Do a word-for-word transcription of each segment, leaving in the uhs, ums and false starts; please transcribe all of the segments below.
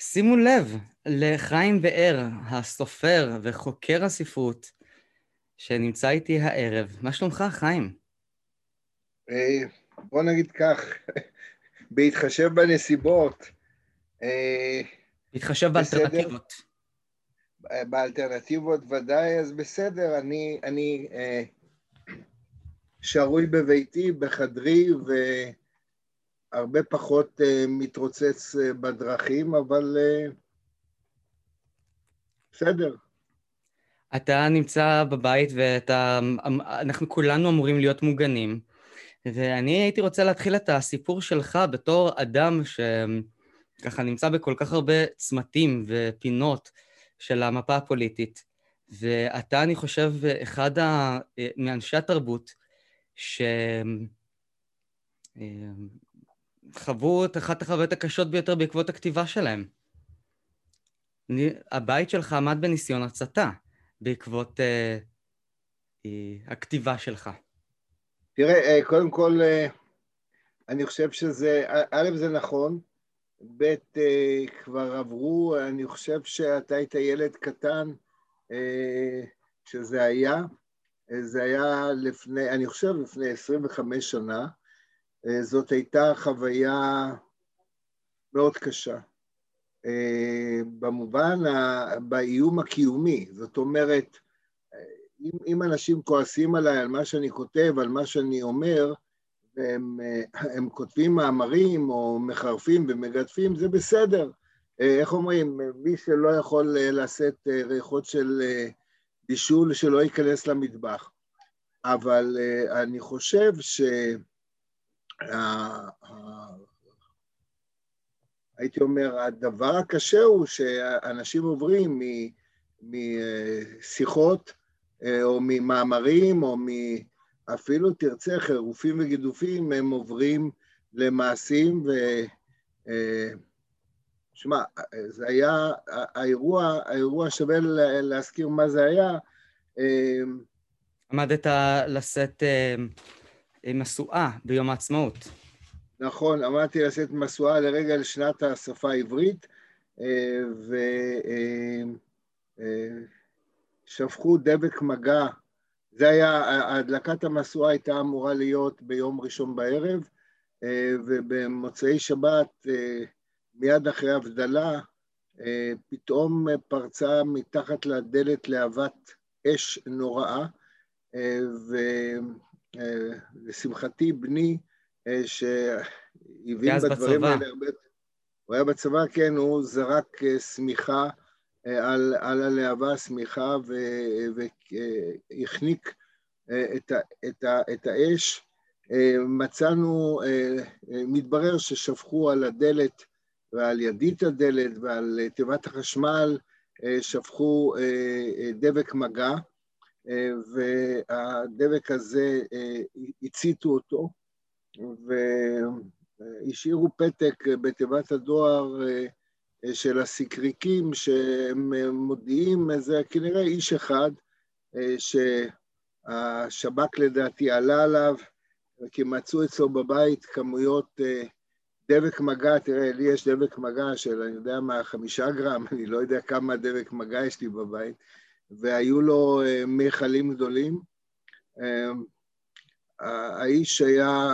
שימו לב לחיים באר, הסופר וחוקר הספרות, שנמצא איתי הערב. מה שלומך, חיים? בוא נגיד כך, בהתחשב בנסיבות, להתחשב בסדר, באלטרנטיבות. באלטרנטיבות ודאי, אז בסדר, אני, אני שרוי בביתי, בחדרי, והרבה פחות מתרוצץ בדרכים, אבל בסדר. אתה נמצא בבית ואנחנו כולנו אמורים להיות מוגנים, ואני הייתי רוצה להתחיל את הסיפור שלך בתור אדם שככה נמצא בכל כך הרבה צמתים ופינות של המפה הפוליטית, ואתה, אני חושב, אחד מאנשי התרבות שחוו את אחת החוויות הקשות ביותר בעקבות הכתיבה שלהם. הבית שלך עמד בניסיון הצתה בעקבות אה, אה, הכתיבה שלך. תראה, קודם כל, אני חושב שזה, א' זה נכון, ב' כבר עברו, אני חושב שאתה היית ילד קטן שזה היה, זה היה לפני, אני חושב לפני עשרים וחמש שנה, זאת הייתה חוויה מאוד קשה. במובן, באיום הקיומי, זאת אומרת, אם, אם אנשים כועסים עליי על מה שאני כותב, על מה שאני אומר, והם הם כותבים מאמרים או מחרפים ומגדפים, זה בסדר. איך אומרים, מי שלא יכול לשאת ריחות של בישול, שלא ייכנס למטבח. אבל אני חושב ש... הייתי אומר, הדבר הקשה הוא שאנשים עוברים משיחות או ממאמרים או אפילו תרצה חירופים וגידופים, הם עוברים למעשים ו... שמע, זה היה, האירוע, האירוע שווה להזכיר מה זה היה. עמדת לשאת משואה ביום העצמאות. נכון, עמדתי לשאת משואה לרגל שנת השפה העברית, ושפכו דבק מגע. זה היה, הדלקת המשואה הייתה אמורה להיות ביום ראשון בערב, ובמוצאי שבת, מיד אחרי הבדלה, פתאום פרצה מתחת לדלת להבת אש נוראה, ולשמחתי בני, שהבין בדברים האלה הרבה, הוא היה בצבא, כן, הוא זרק סמיכה על, על הלהבה, סמיכה, והחניק את, את, את האש. מצאנו, מתברר ששפכו על הדלת ועל ידית הדלת ועל תיבת החשמל, שפכו דבק מגע, והדבק הזה הציתו אותו, והשאירו פתק בתיבת הדואר של הסיקריקים, שהם מודיעים, זה כנראה איש אחד, שהשב"כ לדעתי עלה עליו, כי מצאו אצלו בבית כמויות דבק מגע. תראה, לי יש דבק מגע של, אני יודע מה, חמישה גרם, אני לא יודע כמה דבק מגע יש לי בבית, והיו לו מיכלים גדולים. האיש היה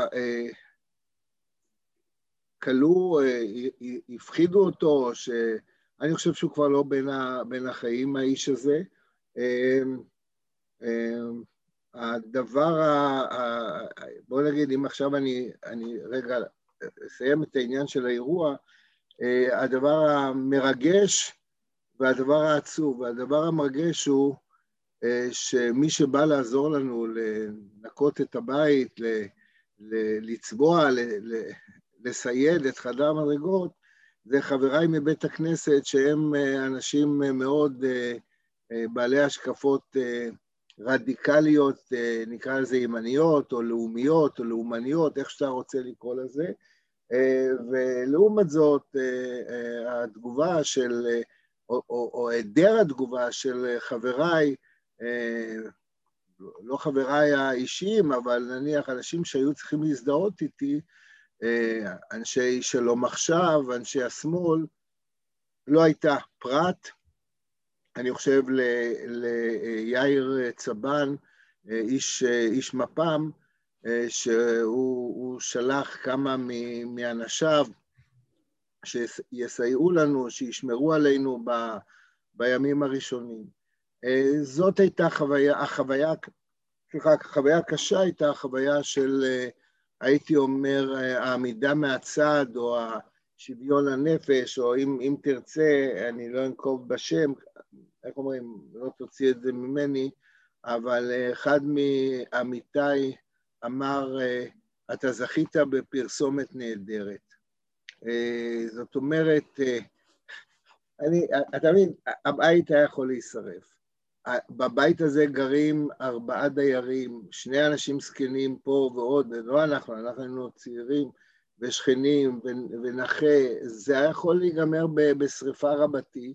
כלוא, הפחידו אותו, שאני חושב שהוא כבר לא בין, ה, בין החיים, האיש הזה. הדבר, בוא נגיד, אם עכשיו אני, אני רגע אסיים את העניין של האירוע, הדבר המרגש והדבר העצוב, והדבר המרגש הוא שמי שבא לעזור לנו לנקות את הבית, לצבוע, לסייד את חדר המדרגות, זה חבריי מבית הכנסת, שהם אנשים מאוד בעלי השקפות רדיקליות, נקרא לזה ימניות, או לאומיות, או לאומניות, איך שאתה רוצה לקרוא לזה. ולעומת זאת, התגובה של, או, או, או היעדר התגובה של חבריי, לא חבריי האישיים, אבל נניח אנשים שהיו צריכים להזדהות איתי, אנשי שלום עכשיו, אנשי השמאל, לא הייתה פרט, אני חושב ליאיר צבן, איש, איש מפ"ם, שהוא שלח כמה מאנשיו שיסייעו לנו, שישמרו עלינו ב, בימים הראשונים. זאת הייתה חוויה, החוויה, החוויה הקשה הייתה החוויה של, הייתי אומר, העמידה מהצד, או שוויון הנפש, או אם, אם תרצה, אני לא אנקוב בשם, איך אומרים, לא תוציא את זה ממני, אבל אחד מעמיתי אמר, אתה זכית בפרסומת נהדרת. זאת אומרת, אני, אתה מבין, הבית היה יכול להישרף. בבית הזה גרים ארבעה דיירים, שני אנשים זקנים פה ועוד, לא אנחנו, אנחנו היינו צעירים ושכנים ונכה, זה היה יכול להיגמר בשריפה רבתי,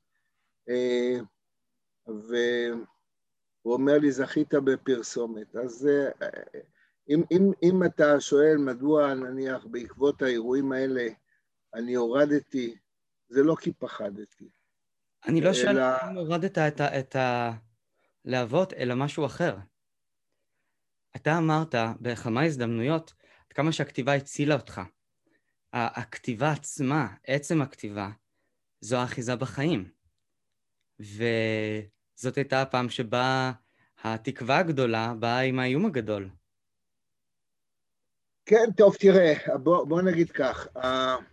והוא אומר לי, זכית בפרסומת. אז אם, אם, אם אתה שואל מדוע נניח בעקבות האירועים האלה אני הורדתי, זה לא כי פחדתי. אני לא שואל אם הורדת את, את הלהבות, אלא משהו אחר. אתה אמרת בכמה הזדמנויות עד כמה שהכתיבה הצילה אותך. הכתיבה עצמה, עצם הכתיבה, זו האחיזה בחיים. וזאת הייתה הפעם שבה התקווה הגדולה באה עם האיום הגדול. כן, טוב, תראה, בוא, בוא נגיד כך. Uh,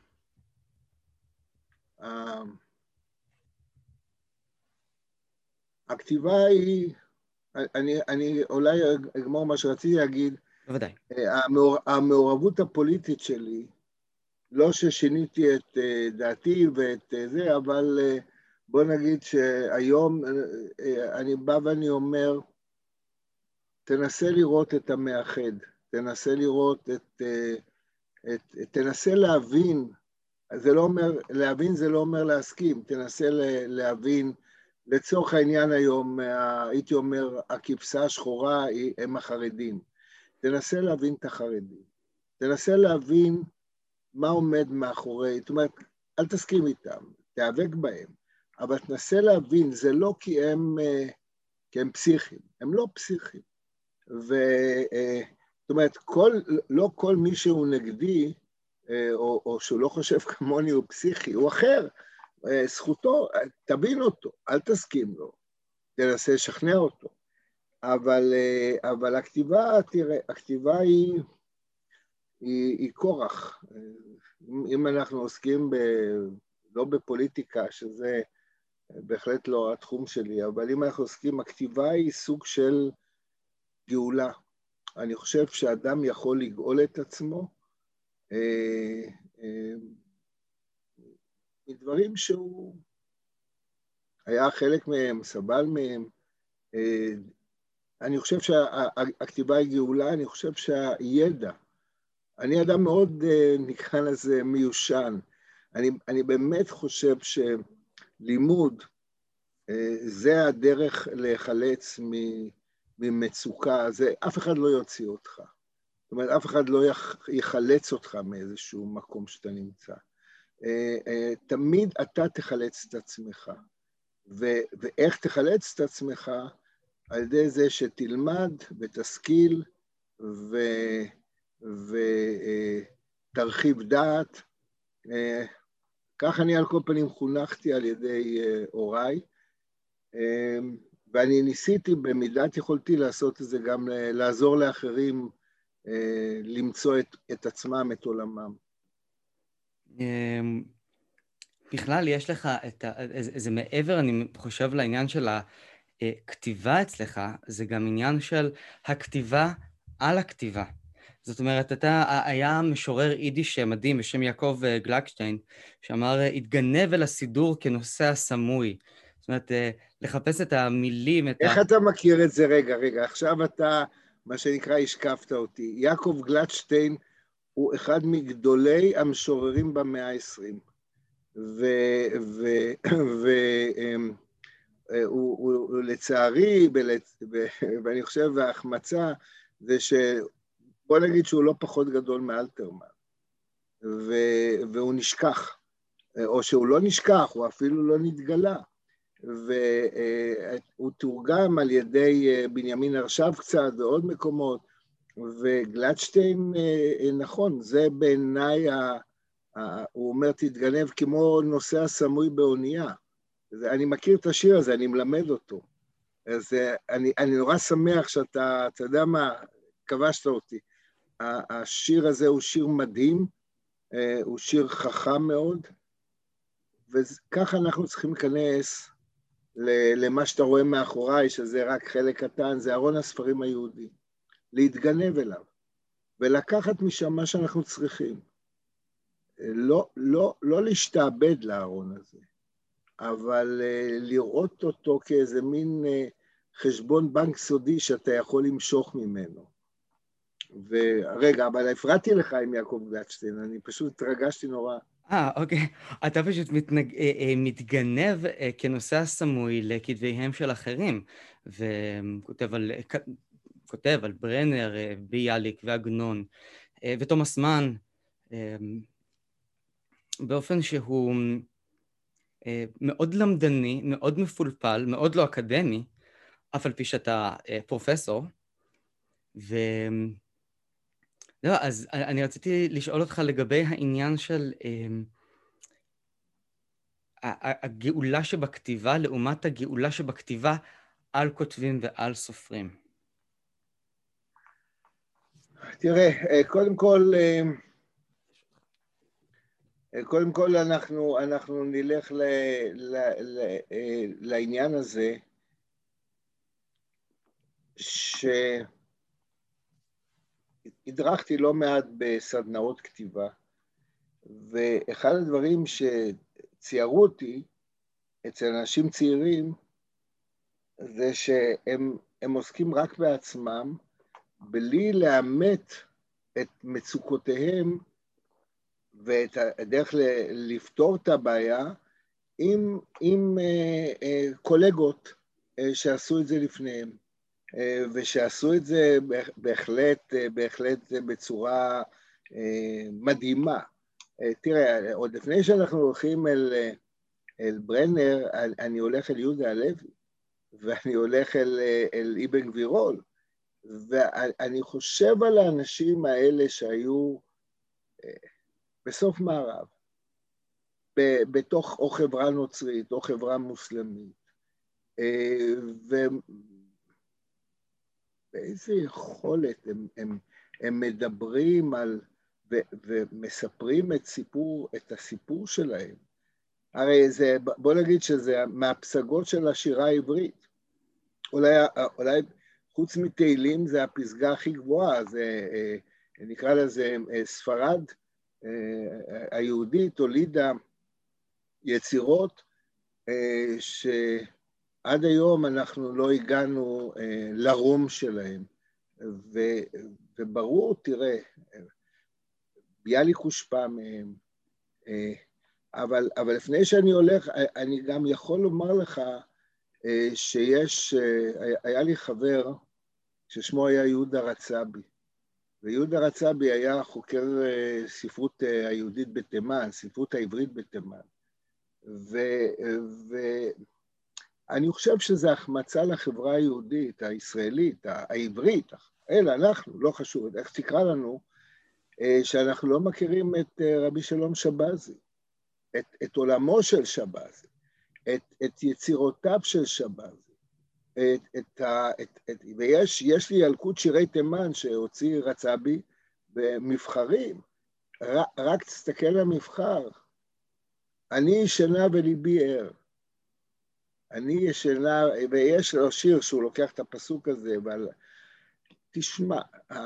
uh, הכתיבה היא, אני, אני אולי אגמור מה שרציתי להגיד, בוודאי. המעור, המעורבות הפוליטית שלי, לא ששיניתי את דעתי ואת זה, אבל בוא נגיד שהיום אני בא ואני אומר, תנסה לראות את המאחד, תנסה לראות את, את תנסה להבין, זה לא אומר, להבין זה לא אומר להסכים, תנסה להבין, לצורך העניין היום, הייתי אומר, הכבשה השחורה הם החרדים, תנסה להבין את החרדים, תנסה להבין מה עומד מאחורי, זאת אומרת, אל תסכים איתם, תיאבק בהם, אבל תנסה להבין, זה לא כי הם, כי הם פסיכיים, הם לא פסיכיים. זאת אומרת, כל, לא כל מי שהוא נגדי, או, או שהוא לא חושב כמוני הוא פסיכי, הוא אחר, זכותו, תבין אותו, אל תסכים לו, תנסה לשכנע אותו. אבל, אבל הכתיבה, תראה, הכתיבה היא, היא, היא כורח. אם אנחנו עוסקים ב, לא בפוליטיקה, שזה בהחלט לא התחום שלי, אבל אם אנחנו עוסקים, הכתיבה היא סוג של גאולה. אני חושב שאדם יכול לגאול את עצמו, מדברים שהוא היה חלק מהם, סבל מהם. אני חושב שהכתיבה היא גאולה, אני חושב שהידע, אני אדם מאוד, נקרא לזה, מיושן. אני, אני באמת חושב שלימוד, זה הדרך להיחלץ ממצוקה, זה אף אחד לא יוציא אותך. זאת אומרת, אף אחד לא יחלץ אותך מאיזשהו מקום שאתה נמצא. תמיד אתה תחלץ את עצמך. ואיך תחלץ את עצמך? על ידי זה שתלמד ותשכיל ותרחיב דעת. כך אני על כל פנים חונכתי על ידי הוריי, ואני ניסיתי במידת יכולתי לעשות את זה גם לעזור לאחרים, למצוא את, את עצמם, את עולמם. בכלל, יש לך את ה... זה מעבר, אני חושב, לעניין של הכתיבה אצלך, זה גם עניין של הכתיבה על הכתיבה. זאת אומרת, אתה, היה משורר יידיש מדהים בשם יעקב גלקשטיין, שאמר, התגנב אל הסידור כנושא הסמוי. זאת אומרת, לחפש את המילים, את איך ה... אתה מכיר את זה? רגע, רגע, עכשיו אתה, מה שנקרא, השקפת אותי. יעקב גלקשטיין הוא אחד מגדולי המשוררים במאה ה-עשרים. והוא לצערי, ואני חושב, וההחמצה, זה שבוא נגיד שהוא לא פחות גדול מאלתרמן, והוא נשכח. או שהוא לא נשכח, הוא אפילו לא נתגלה. והוא תורגם על ידי בנימין הרשב קצת ועוד מקומות, וגלדשטיין, נכון, זה בעיניי, הוא אומר, תתגנב כמו נוסע סמוי באונייה. אני מכיר את השיר הזה, אני מלמד אותו. אז אני, אני נורא שמח שאתה, אתה יודע מה, כבשת אותי. השיר הזה הוא שיר מדהים, הוא שיר חכם מאוד, וככה אנחנו צריכים להיכנס למה שאתה רואה מאחוריי, שזה רק חלק קטן, זה ארון הספרים היהודי. להתגנב אליו, ולקחת משם מה שאנחנו צריכים. לא, לא, לא להשתעבד לארון הזה, אבל לראות אותו כאיזה מין חשבון בנק סודי שאתה יכול למשוך ממנו. ורגע, אבל הפרעתי לך עם יעקב גלדשטיין, אני פשוט התרגשתי נורא. אה, אוקיי. אתה פשוט מתנג... מתגנב כנוסע סמוי לכתביהם של אחרים, וכותב על... כותב על ברנר, ביאליק ועגנון, ותומאס מן, באופן שהוא מאוד למדני, מאוד מפולפל, מאוד לא אקדמי, אף על פי שאתה פרופסור. ו... לא, אז אני רציתי לשאול אותך לגבי העניין של הגאולה שבכתיבה, לעומת הגאולה שבכתיבה על כותבים ועל סופרים. תראה, קודם כל, קודם כל אנחנו, אנחנו נלך ל, ל, ל, לעניין הזה, שהדרכתי לא מעט בסדנאות כתיבה, ואחד הדברים שציירו אותי אצל אנשים צעירים, זה שהם הם עוסקים רק בעצמם, בלי לאמת את מצוקותיהם, ואת הדרך לפתור את הבעיה, עם, עם אה, אה, קולגות אה, שעשו את זה לפניהם, אה, ושעשו את זה בהחלט, אה, בהחלט בצורה אה, מדהימה. אה, תראה, עוד לפני שאנחנו הולכים אל, אל ברנר, אני הולך אל יהודה הלוי, ואני הולך אל, אל אבן גבירול, ואני חושב על האנשים האלה שהיו אה, בסוף מערב, בתוך או חברה נוצרית או חברה מוסלמית, ובאיזה יכולת הם, הם, הם מדברים על, ו, ומספרים את סיפור, את הסיפור שלהם. הרי זה, בוא נגיד שזה מהפסגות של השירה העברית. אולי, אולי חוץ מתהילים זה הפסגה הכי גבוהה, זה נקרא לזה ספרד היהודית, הולידה יצירות שעד היום אנחנו לא הגענו לרום שלהם. ו, וברור, תראה, ביאליק הושפע מהם, אבל, אבל לפני שאני הולך, אני גם יכול לומר לך שיש, היה לי חבר ששמו היה יהודה רצבי, ויהודה רצבי היה חוקר ספרות היהודית בתימן, ספרות העברית בתימן, ואני חושב שזה החמצה לחברה היהודית, הישראלית, העברית, אלא אנחנו, לא חשוב, איך תקרא לנו, שאנחנו לא מכירים את רבי שלום שבזי, את, את עולמו של שבזי, את, את יצירותיו של שבזי, את, את, את, את, ויש יש לי ילקוט שירי תימן שהוציא רצבי במבחרים, רק, רק תסתכל על המבחר, אני ישנה וליבי ער, אני ישנה, ויש לו שיר שהוא לוקח את הפסוק הזה, אבל תשמע,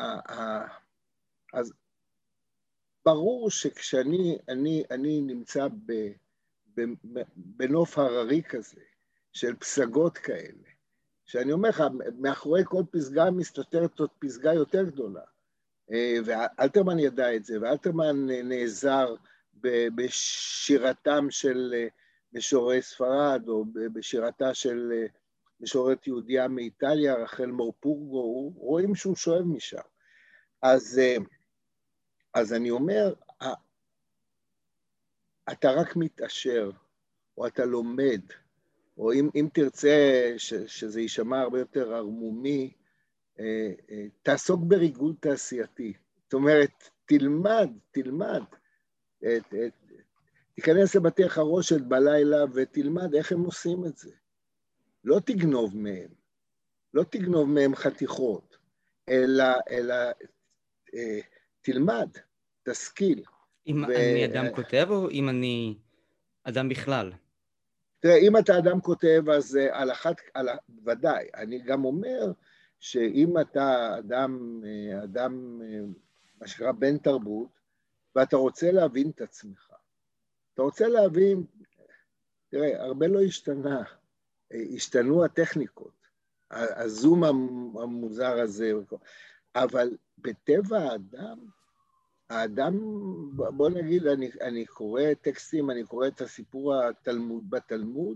אז ברור שכשאני אני, אני נמצא ב, ב, בנוף הררי כזה, של פסגות כאלה, שאני אומר לך, מאחורי כל פסגה מסתתרת עוד פסגה יותר גדולה, ואלתרמן ידע את זה, ואלתרמן נעזר בשירתם של משוררי ספרד, או בשירתה של משוררת יהודיה מאיטליה, רחל מורפורגו, רואים שהוא שואב משם. אז, אז אני אומר, אתה רק מתעשר, או אתה לומד, או אם, אם תרצה ש, שזה יישמע הרבה יותר ערמומי, אה, אה, תעסוק בריגול תעשייתי. זאת אומרת, תלמד, תלמד, את, את, תיכנס לבתי חרושת בלילה ותלמד איך הם עושים את זה. לא תגנוב מהם, לא תגנוב מהם חתיכות, אלא, אלא אה, תלמד, תשכיל. אם ו... אני אדם כותב או אם אני אדם בכלל? תראה, אם אתה אדם כותב, אז על אחת, על, ודאי. אני גם אומר שאם אתה אדם, אדם, מה שנקרא בן תרבות, ואתה רוצה להבין את עצמך, אתה רוצה להבין, תראה, הרבה לא השתנה, השתנו הטכניקות, הזום המוזר הזה, אבל בטבע האדם, האדם, בוא נגיד, אני, אני קורא טקסטים, אני קורא את הסיפור התלמוד, בתלמוד,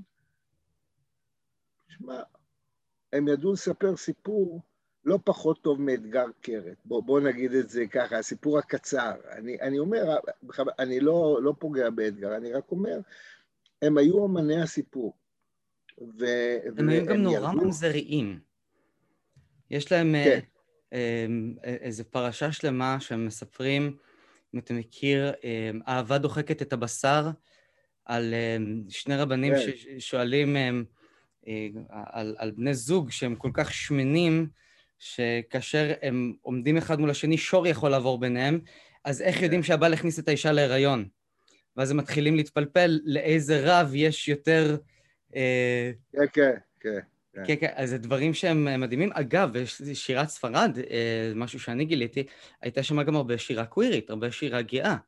שמע, הם ידעו לספר סיפור לא פחות טוב מאתגר קרת. בוא, בוא נגיד את זה ככה, הסיפור הקצר. אני, אני אומר, אני לא, לא פוגע באתגר, אני רק אומר, הם היו אמני הסיפור. ו, הם היו גם והם נורא ירדו... ממזריים. יש להם כן. איזו פרשה שלמה שהם מספרים, אם אתה מכיר, אהבה דוחקת את הבשר, על שני רבנים כן. ששואלים על, על בני זוג שהם כל כך שמנים, שכאשר הם עומדים אחד מול השני, שור יכול לעבור ביניהם, אז איך יודעים שהבעל הכניס את האישה להיריון? ואז הם מתחילים להתפלפל לאיזה רב יש יותר... כן, כן, כן. כן, כן, אז זה דברים שהם מדהימים. אגב, שירת ספרד, משהו שאני גיליתי, הייתה שם גם הרבה שירה קווירית, הרבה שירה גאה.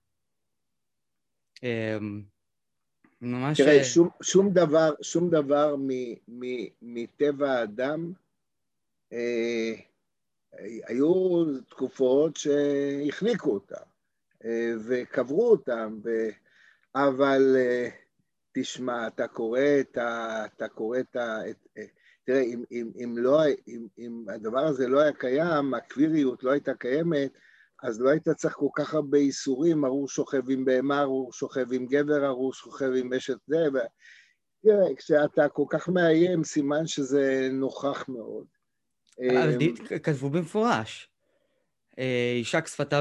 ממש... תראה, שום, שום דבר, שום דבר מ, מ, מטבע האדם, אה, היו תקופות שהחניקו אותם, אה, וקברו אותם, ו, אבל אה, תשמע, אתה קורא את ה... אתה קורא את ה... את, תראה, אם, אם, אם, לא, אם, אם הדבר הזה לא היה קיים, הקוויריות לא הייתה קיימת, אז לא היית צריך כל כך הרבה איסורים, ארור שוכב עם בהמה, ארור שוכב עם גבר, ארור שוכב עם אשת זה, ו... תראה, כשאתה כל כך מאיים, סימן שזה נוכח מאוד. אבל כתבו במפורש. אישה כשפתה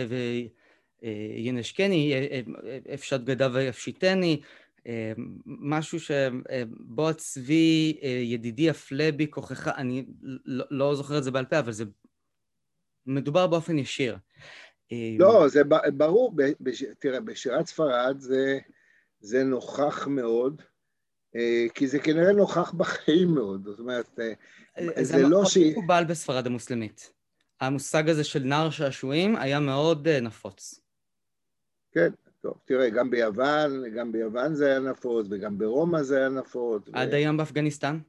וינשקני, אפשת בגדיו ויפשיטני, משהו שבו הצבי ידידי אפלה בי כוחך, אני לא זוכר את זה בעל פה, אבל זה מדובר באופן ישיר. לא, זה ברור, תראה, בשירת ספרד זה נוכח מאוד, כי זה כנראה נוכח בחיים מאוד, זאת אומרת, זה מאוד מקובל בספרד המוסלמית. המושג הזה של נער שעשועים היה מאוד נפוץ. כן, טוב, תראה, גם ביוון, גם ביוון זה היה נפוץ, וגם ברומא זה היה נפוץ. עד היום באפגניסטן?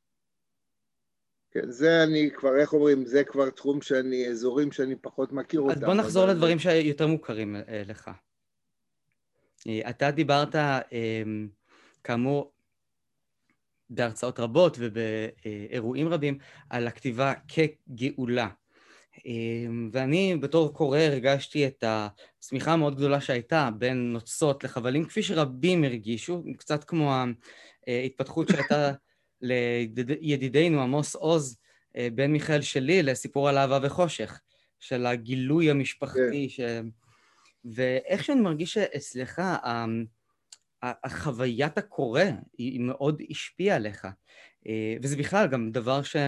כן, זה אני כבר, איך אומרים, זה כבר תחום שאני, אזורים שאני פחות מכיר אותם. אז בוא נחזור לדברים שיותר מוכרים לך. אתה דיברת, כאמור, בהרצאות רבות ובאירועים רבים, על הכתיבה כגאולה. ואני בתור קורא הרגשתי את השמיכה המאוד גדולה שהייתה בין נוצות לחבלים, כפי שרבים הרגישו, קצת כמו ההתפתחות שהייתה לידידינו עמוס עוז, בן מיכאל שלי, לסיפור על אהבה וחושך, של הגילוי המשפחתי. ש... ואיך שאני מרגיש שאצלך, החוויית הקורא היא מאוד השפיעה עליך. וזה בכלל גם דבר ש...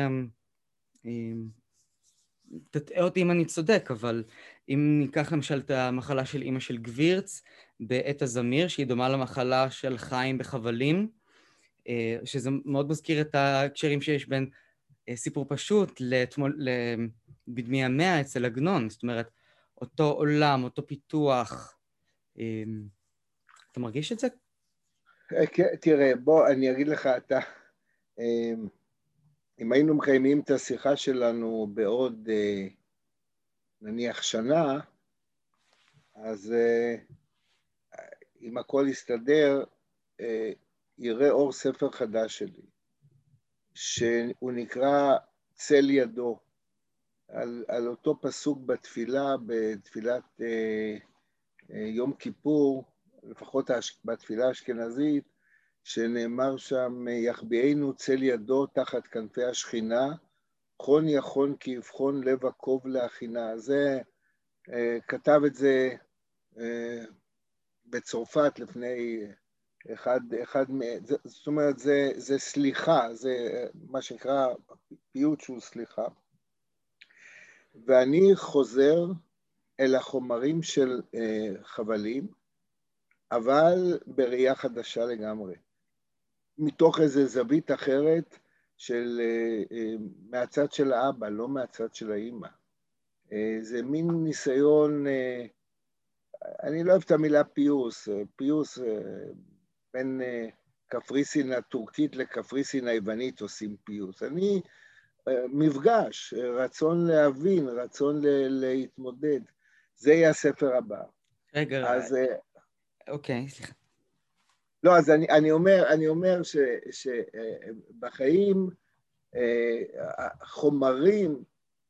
תטעה אותי אם אני צודק, אבל אם ניקח למשל את המחלה של אמא של גבירץ בעת הזמיר, שהיא דומה למחלה של חיים בחבלים, שזה מאוד מזכיר את ההקשרים שיש בין סיפור פשוט בדמי המאה אצל עגנון, זאת אומרת, אותו עולם, אותו פיתוח. אתה מרגיש את זה? תראה, בוא, אני אגיד לך, אתה... אם היינו מקיימים את השיחה שלנו בעוד, נניח, שנה, אז אם הכל יסתדר, יראה אור ספר חדש שלי, שהוא נקרא צל ידו, על, על אותו פסוק בתפילה, בתפילת יום כיפור, לפחות בתפילה האשכנזית, שנאמר שם, יחביאנו צל ידו תחת כנפי השכינה, חון יכון כי יבחון לב עקוב להכינה. זה, כתב את זה בצרפת לפני אחד, אחד, זאת אומרת, זה, זה סליחה, זה מה שנקרא פיוט שהוא סליחה. ואני חוזר אל החומרים של חבלים, אבל בראייה חדשה לגמרי. מתוך איזו זווית אחרת של, מהצד של האבא, לא מהצד של האמא. זה מין ניסיון, אני לא אוהב את המילה פיוס, פיוס בין קפריסין הטורקית לקפריסין היוונית עושים פיוס. אני, מפגש, רצון להבין, רצון להתמודד. זה יהיה הספר הבא. רגע, אז, אוקיי, סליחה. לא, אז אני, אני אומר, אני אומר ש, שבחיים חומרים,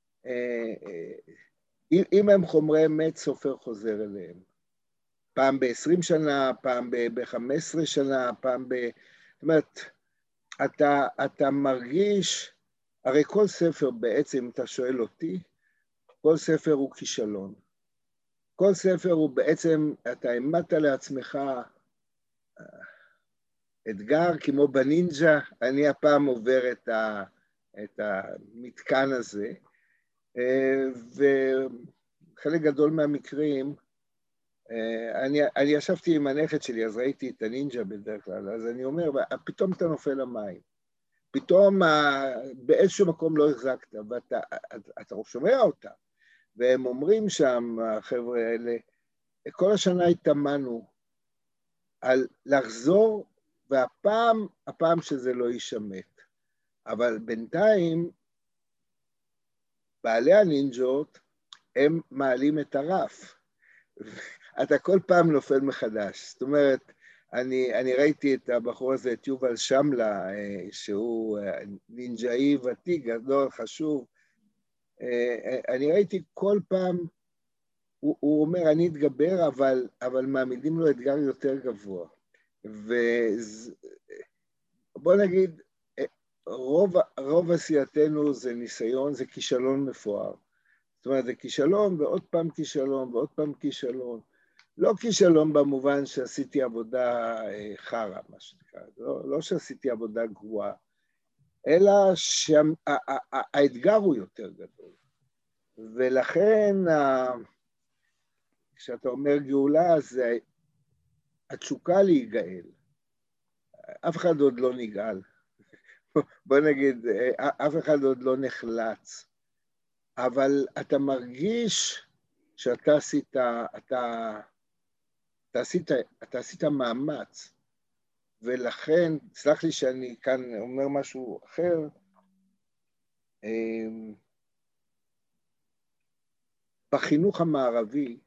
אם הם חומרי אמת, סופר חוזר אליהם. פעם ב-עשרים שנה, פעם ב-חמש עשרה שנה, פעם ב... זאת אומרת, אתה, אתה מרגיש, הרי כל ספר בעצם, אם אתה שואל אותי, כל ספר הוא כישלון. כל ספר הוא בעצם, אתה העמדת לעצמך אתגר כמו בנינג'ה, אני הפעם עובר את, ה, את המתקן הזה, וחלק גדול מהמקרים, אני, אני ישבתי עם הנכד שלי, אז ראיתי את הנינג'ה בדרך כלל, אז אני אומר, פתאום אתה נופל למים, פתאום באיזשהו מקום לא החזקת, ואתה אתה שומע אותה, והם אומרים שם, החבר'ה האלה, כל השנה התאמנו על לחזור, והפעם, הפעם שזה לא יישמט. אבל בינתיים, בעלי הנינג'ות, הם מעלים את הרף. אתה כל פעם נופל מחדש. זאת אומרת, אני, אני ראיתי את הבחור הזה, את יובל שמלה, שהוא נינג'אי ותיק, גדול, חשוב. אני ראיתי כל פעם, הוא, הוא אומר, אני אתגבר, אבל, אבל מעמידים לו אתגר יותר גבוה. ובוא נגיד, רוב, רוב עשייתנו זה ניסיון, זה כישלון מפואר. זאת אומרת, זה כישלון ועוד פעם כישלון ועוד פעם כישלון. לא כישלון במובן שעשיתי עבודה חרא, מה שנקרא, לא, לא שעשיתי עבודה גרועה, אלא שהאתגר הוא יותר גדול. ולכן, כשאתה אומר גאולה, זה התשוקה להיגאל. אף אחד עוד לא נגאל. בוא נגיד, אף אחד עוד לא נחלץ. אבל אתה מרגיש שאתה עשית, אתה, אתה עשית, אתה עשית מאמץ. ולכן, סלח לי שאני כאן אומר משהו אחר, בחינוך המערבי,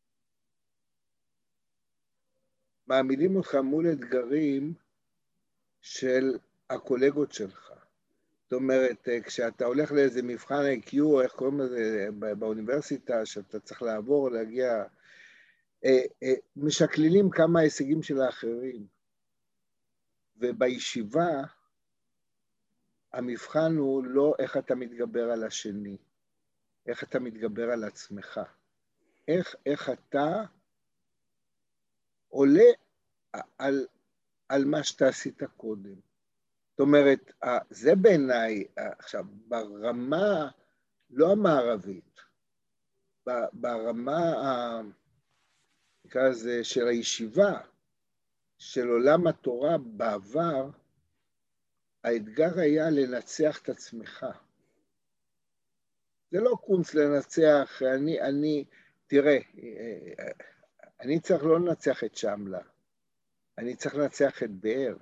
מעמידים אותך מול אתגרים של הקולגות שלך. זאת אומרת, כשאתה הולך לאיזה מבחן איי קיו, איך קוראים לזה, באוניברסיטה, שאתה צריך לעבור, להגיע, משקלילים כמה הישגים של האחרים. ובישיבה, המבחן הוא לא איך אתה מתגבר על השני, איך אתה מתגבר על עצמך. איך, איך אתה עולה על, על מה שאתה עשית קודם. זאת אומרת, זה בעיניי, עכשיו, ברמה לא המערבית, ברמה, נקרא לזה, של הישיבה, של עולם התורה בעבר, האתגר היה לנצח את עצמך. זה לא קונץ לנצח, אני, אני, תראה, אני צריך לא לנצח את שמלה, אני צריך לנצח את באר.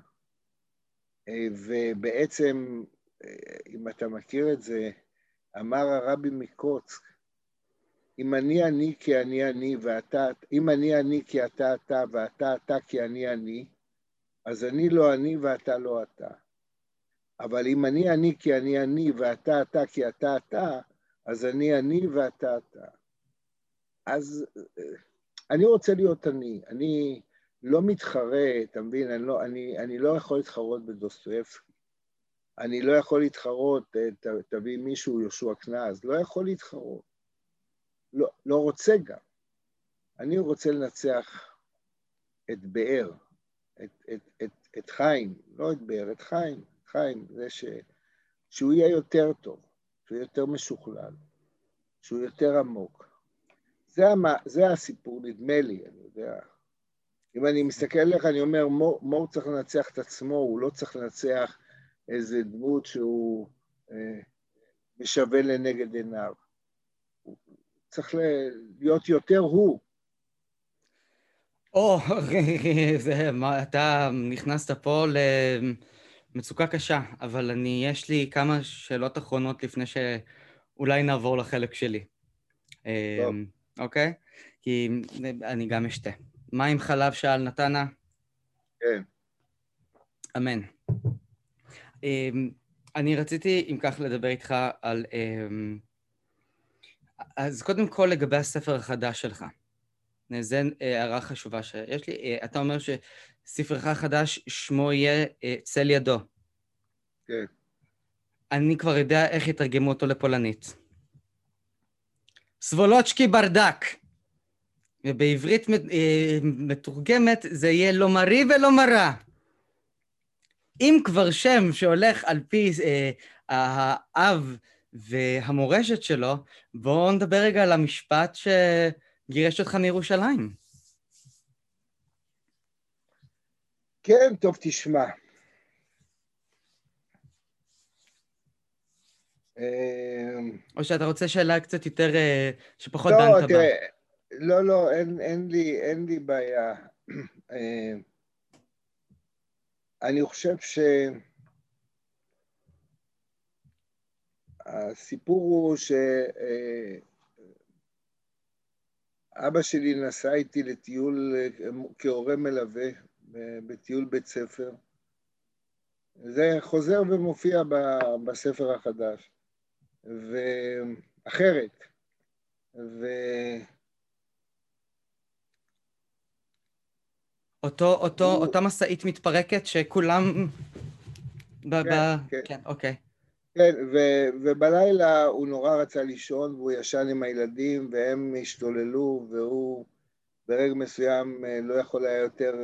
ובעצם, אם אתה מכיר את זה, אמר הרבי מקוצק, אם אני אני כי אני אני ואתה, אם אני אני כי אתה אתה ואתה אתה כי אני אני, אז אני לא אני ואתה לא אתה. אבל אם אני אני כי אני אני ואתה אתה כי אתה אתה, אז אני אני ואתה אתה. אז אני רוצה להיות אני, אני לא מתחרה, אתה מבין? אני לא, אני, אני לא יכול להתחרות בדוסטויבסקי. אני לא יכול להתחרות, ת, תביא מישהו, יהושע קנז, לא יכול להתחרות. לא, לא רוצה גם. אני רוצה לנצח את באר, את, את, את, את חיים, לא את באר, את חיים, חיים, זה ש, שהוא יהיה יותר טוב, שהוא יהיה יותר משוכלל, שהוא יותר עמוק. זה, המה, זה הסיפור, נדמה לי, אני יודע. אם אני מסתכל עליך, אני אומר, מור, מור צריך לנצח את עצמו, הוא לא צריך לנצח איזה דמות שהוא אה, משווה לנגד עיניו. הוא צריך להיות יותר הוא. או, זה, מה, אתה נכנסת פה למצוקה קשה, אבל אני, יש לי כמה שאלות אחרונות לפני שאולי נעבור לחלק שלי. טוב. אמ, אוקיי? כי אני גם אשתה. מים חלב שאל נתנה? כן. אמן. אמ, אני רציתי, אם כך, לדבר איתך על... אמ, אז קודם כל לגבי הספר החדש שלך. זו הערה חשובה שיש לי. אתה אומר שספרך החדש שמו יהיה צל ידו. כן. אני כבר יודע איך יתרגמו אותו לפולנית. סבולוצ'קי ברדק. ובעברית מתורגמת זה יהיה לא מרי ולא מרה. אם כבר שם שהולך על פי אה, האב והמורשת שלו, בואו נדבר רגע על המשפט שגירש אותך מירושלים. כן, טוב, תשמע. או שאתה רוצה שאלה קצת יותר, שפחות לא, דנת בה. תראה, לא, לא, אין, אין לי, אין לי בעיה. אני חושב שהסיפור הוא שאבא שלי נסע איתי לטיול כהורה מלווה, בטיול בית ספר. זה חוזר ומופיע בספר החדש. ואחרת. ו... אותו, אותו, הוא... אותה מסעית מתפרקת שכולם... ב, ב... כן, כן. כן, אוקיי. כן, ו... ובלילה הוא נורא רצה לישון, והוא ישן עם הילדים, והם השתוללו, והוא ברגע מסוים לא יכול היה יותר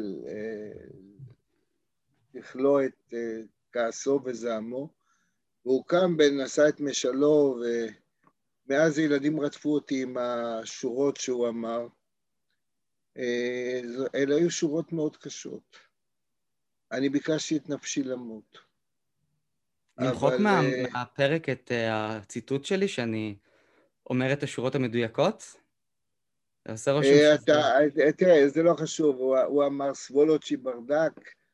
לכלוא את כעסו וזעמו, והוא קם ונשא את משלו, ומאז הילדים רדפו אותי עם השורות שהוא אמר. אלה היו שורות מאוד קשות. אני ביקשתי את נפשי למות. נמחוק אבל... מה, מהפרק את הציטוט שלי, שאני אומר את השורות המדויקות? זה עושה רושם שזה... תראה, זה לא חשוב, הוא אמר סבולוצ'י ברדק,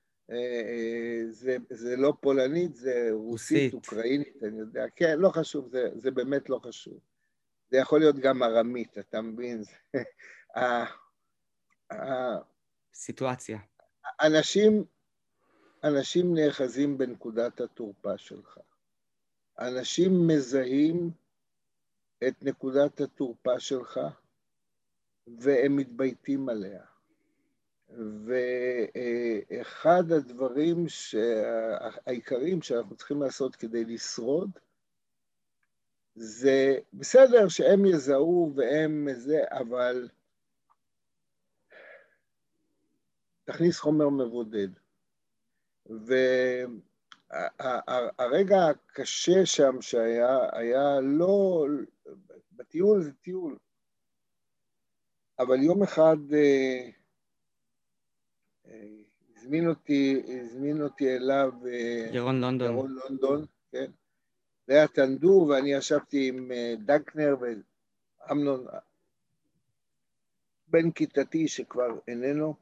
זה לא פולנית, זה רוסית, אוקראינית, אני יודע, כן, לא חשוב, זה באמת לא חשוב. זה יכול להיות גם ארמית, אתה מבין? סיטואציה. אנשים, אנשים נאחזים בנקודת התורפה שלך. אנשים מזהים את נקודת התורפה שלך, והם מתבייתים עליה. ואחד הדברים העיקריים שאנחנו צריכים לעשות כדי לשרוד, זה בסדר שהם יזהו והם זה, אבל תכניס חומר מבודד. והרגע הקשה שם שהיה, היה לא, בטיול זה טיול, אבל יום אחד הזמין אותי, הזמין אותי אליו ירון לונדון. ירון לונדון, כן. זה היה טנדור, ואני ישבתי עם דנקנר ואמנון, בן כיתתי שכבר איננו,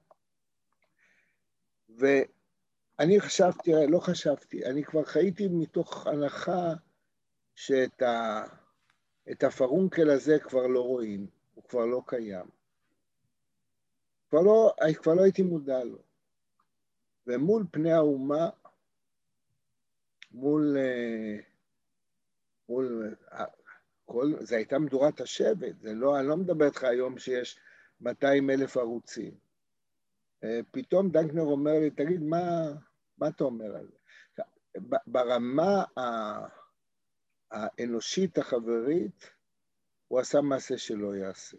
ואני חשבתי, לא חשבתי, אני כבר חייתי מתוך הנחה שאת ה, את הפרונקל הזה כבר לא רואים, הוא כבר לא קיים. כבר לא, כבר לא הייתי מודע לו. ומול פני האומה, מול, מול, כל, זה הייתה מדורת השבט, זה לא, אני לא מדבר איתך היום שיש מאתיים אלף ערוצים, פתאום דנקנר אומר לי, תגיד, מה, מה אתה אומר על זה? ברמה האנושית החברית, הוא עשה מעשה שלא יעשה.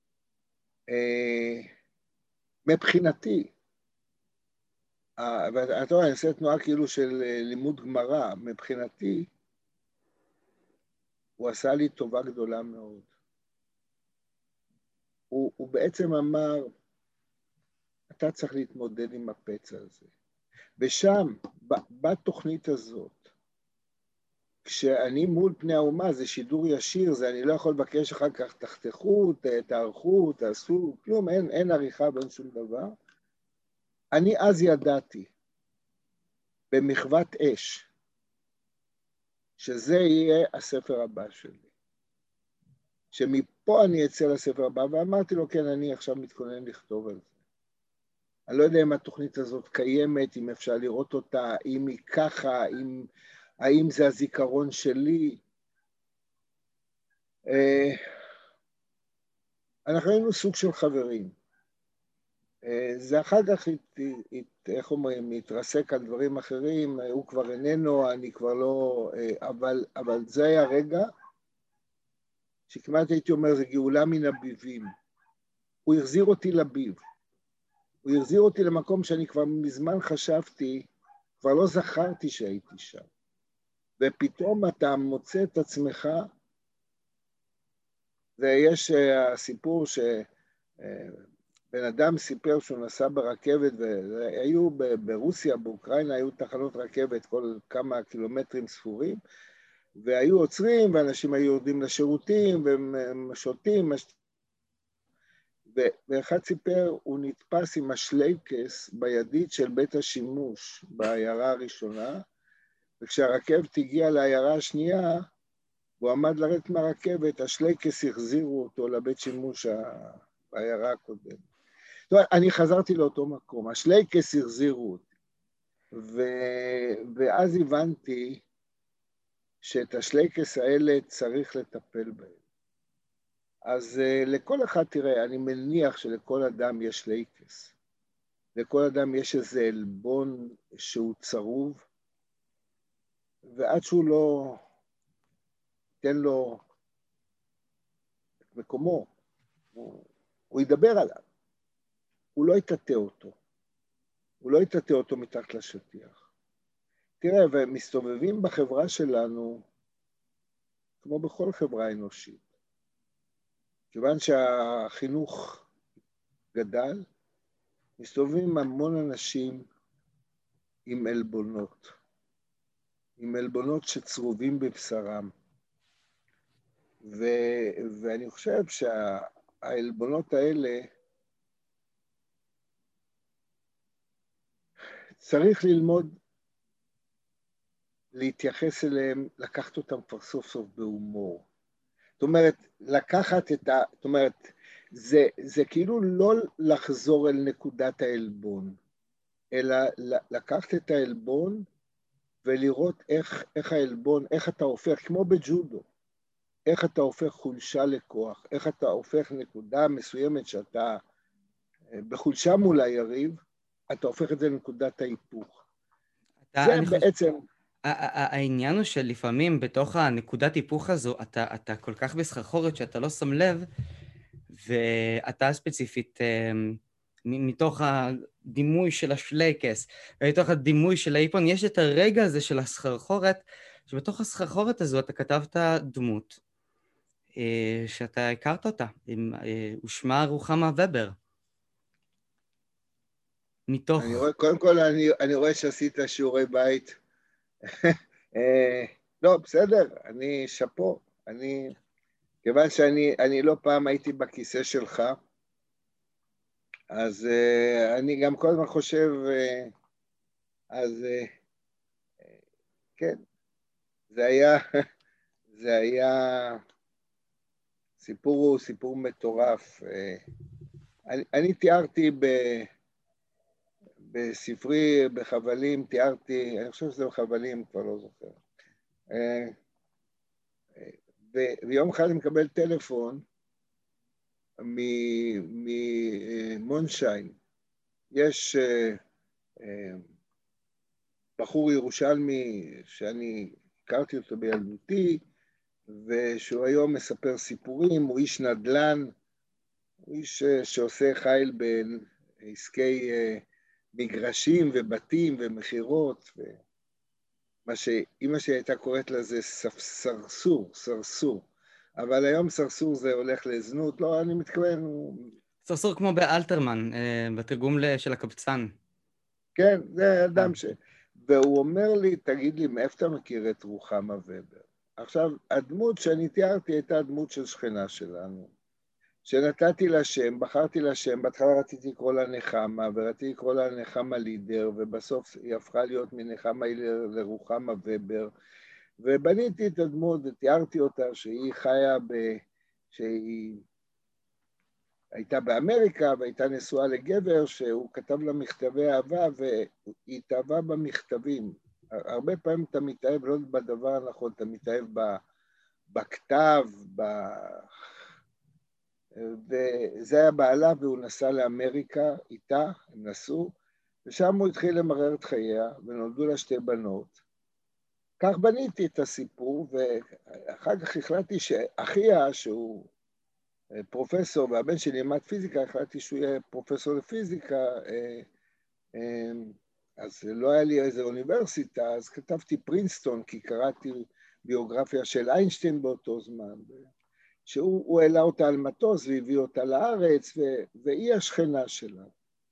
מבחינתי, ואתה רואה, אני עושה תנועה כאילו של לימוד גמרא, מבחינתי, הוא עשה לי טובה גדולה מאוד. הוא, הוא בעצם אמר, אתה צריך להתמודד עם הפצע הזה. ושם, בתוכנית הזאת, כשאני מול פני האומה, זה שידור ישיר, זה אני לא יכול לבקש אחר כך, תחתכו, תערכו, תעשו, כלום, אין, אין עריכה ואין שום דבר. אני אז ידעתי, במחוות אש, שזה יהיה הספר הבא שלי. שמפה אני אצא לספר הבא, ואמרתי לו, כן, אני עכשיו מתכונן לכתוב על זה. אני לא יודע אם התוכנית הזאת קיימת, אם אפשר לראות אותה, אם היא ככה, אם, האם זה הזיכרון שלי. אנחנו היינו סוג של חברים. זה אחר כך, איך אומרים, התרסק על דברים אחרים, הוא כבר איננו, אני כבר לא, אבל, אבל זה היה רגע, שכמעט הייתי אומר, זה גאולה מן הביבים. הוא החזיר אותי לביב. הוא החזיר אותי למקום שאני כבר מזמן חשבתי, כבר לא זכרתי שהייתי שם. ופתאום אתה מוצא את עצמך, ויש הסיפור שבן אדם סיפר שהוא נסע ברכבת, והיו ברוסיה, באוקראינה, היו תחנות רכבת כל כמה קילומטרים ספורים, והיו עוצרים, ואנשים היו יורדים לשירותים, והם שותים, ואחד סיפר, הוא נתפס עם השלייקס בידית של בית השימוש בעיירה הראשונה, וכשהרכבת הגיעה לעיירה השנייה, הוא עמד לרדת מהרכבת, השלייקס החזירו אותו לבית שימוש בעיירה הקודמת. זאת אומרת, אני חזרתי לאותו מקום, השלייקס החזירו אותי, ו... ואז הבנתי שאת השלייקס האלה צריך לטפל בהם. אז uh, לכל אחד, תראה, אני מניח שלכל אדם יש לייקס. לכל אדם יש איזה אלבון שהוא צרוב, ועד שהוא לא תן לו את מקומו, הוא, הוא ידבר עליו. הוא לא יטטה אותו. הוא לא יטטה אותו מתחת לשטיח. תראה, ומסתובבים בחברה שלנו, כמו בכל חברה אנושית. כיוון שהחינוך גדל, מסתובבים המון אנשים עם אלבונות, עם אלבונות שצרובים בבשרם. ו, ואני חושב שהאלבונות האלה, צריך ללמוד להתייחס אליהם, לקחת אותם כבר סוף סוף בהומור. זאת אומרת, לקחת את ה... זאת אומרת, זה, זה כאילו לא לחזור אל נקודת העלבון, אלא לקחת את העלבון ולראות איך, איך העלבון, איך אתה הופך, כמו בג'ודו, איך אתה הופך חולשה לכוח, איך אתה הופך נקודה מסוימת שאתה בחולשה מול היריב, אתה הופך את זה לנקודת ההיפוך. זה בעצם... חושב... העניין הוא שלפעמים בתוך הנקודת היפוך הזו, אתה, אתה כל כך בסחרחורת שאתה לא שם לב, ואתה ספציפית, מתוך הדימוי של השלייקס, ומתוך הדימוי של האיפון, יש את הרגע הזה של הסחרחורת, שבתוך הסחרחורת הזו אתה כתבת דמות, שאתה הכרת אותה, ושמה רוחמה ובר. מתוך... אני רואה, קודם כל אני, אני רואה שעשית שיעורי בית. לא, בסדר, אני שפו, אני, כיוון שאני אני לא פעם הייתי בכיסא שלך, אז אני גם כל הזמן חושב, אז כן, זה היה, זה היה, סיפור הוא סיפור מטורף. אני, אני תיארתי ב, בספרי, בחבלים, תיארתי, אני חושב שזה בחבלים, כבר לא זוכר. ויום אחד אני מקבל טלפון ממונשיין, יש אה, אה, בחור ירושלמי שאני הכרתי אותו בילדותי, ושהוא היום מספר סיפורים, הוא איש נדל"ן, הוא איש אה, שעושה חיל בעסקי אה, מגרשים ובתים ומחירות, ומה שאמא שלי הייתה קוראת לזה סרסור, סרסור. אבל היום סרסור זה הולך לזנות, לא, אני מתכוון, הוא... סרסור כמו באלתרמן, אה, בתרגום של הקבצן. כן, זה כן. אדם ש... והוא אומר לי, תגיד לי, מאיפה אתה מכיר את רוחמה ובר? עכשיו, הדמות שאני תיארתי הייתה דמות של שכנה שלנו, שנתתי לה שם, בחרתי לה שם, בהתחלה רציתי לקרוא לה נחמה, ורציתי לקרוא לה נחמה לידר, ובסוף היא הפכה להיות מנחמה לידר לרוחמה ובר, ובניתי את הדמות ותיארתי אותה שהיא חיה ב... שהיא הייתה באמריקה והייתה נשואה לגבר שהוא כתב לה מכתבי אהבה והיא התאהבה במכתבים. הרבה פעמים אתה מתאהב לא בדבר הנכון, אתה מתאהב בכתב, ב... וזה היה בעלה והוא נסע לאמריקה איתה, הם נסעו, ושם הוא התחיל למרר את חייה ונולדו לה שתי בנות. כך בניתי את הסיפור, ואחר כך החלטתי שאחיה, שהוא פרופסור, והבן שלי למד פיזיקה, החלטתי שהוא יהיה פרופסור לפיזיקה, אז לא היה לי איזה אוניברסיטה, אז כתבתי פרינסטון, כי קראתי ביוגרפיה של איינשטיין באותו זמן, שהוא העלה אותה על מטוס והביא אותה לארץ, והיא השכנה שלה.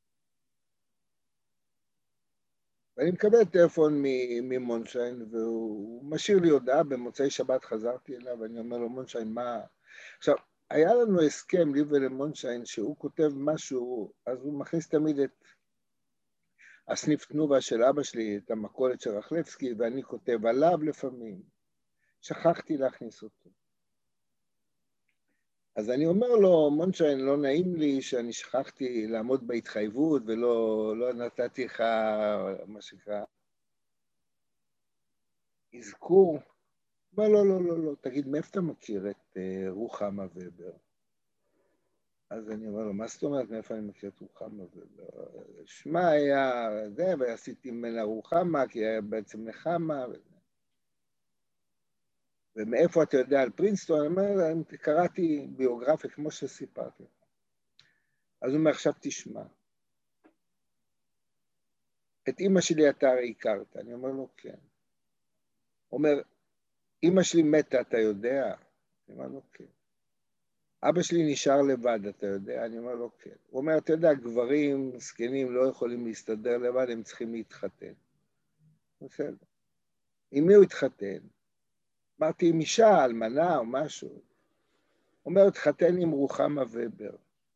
ואני מקבל טלפון ממונשיין, והוא משאיר לי הודעה, במוצאי שבת חזרתי אליו, ואני אומר לו, מונשיין, מה... עכשיו, היה לנו הסכם, לי ולמונשיין, שהוא כותב משהו, אז הוא מכניס תמיד את הסניף תנובה של אבא שלי, את המכולת של רחלבסקי, ואני כותב עליו לפעמים. שכחתי להכניס אותו. אז אני אומר לו, מונשיין, לא נעים לי שאני שכחתי לעמוד בהתחייבות, ולא לא נתתי לך, מה שקרה, אזכור. לא, לא, לא, לא, לא, תגיד, מאיפה אתה מכיר את uh, רוחמה ובר? אז אני אומר לו, מה זאת אומרת, מאיפה אני מכיר את רוחמה ובר? שמה היה זה, ועשיתי ממנה רוחמה, כי היה בעצם נחמה. וזה. ומאיפה אתה יודע על פרינסטון? אני אומר, קראתי ביוגרפיה כמו שסיפרתי. אז הוא אומר, עכשיו תשמע. את אמא שלי אתה הרי הכרת. אני אומר לו, כן. הוא אומר, אמא שלי מתה, אתה יודע? אני אומר לו, כן. אבא שלי נשאר לבד, אתה יודע? אני אומר לו, כן. הוא אומר, אתה יודע, גברים, זקנים, לא יכולים להסתדר לבד, הם צריכים להתחתן. בסדר. עם מי הוא התחתן? אמרתי, עם אישה, אלמנה או משהו. הוא אומר, התחתן עם רוחמה ובר.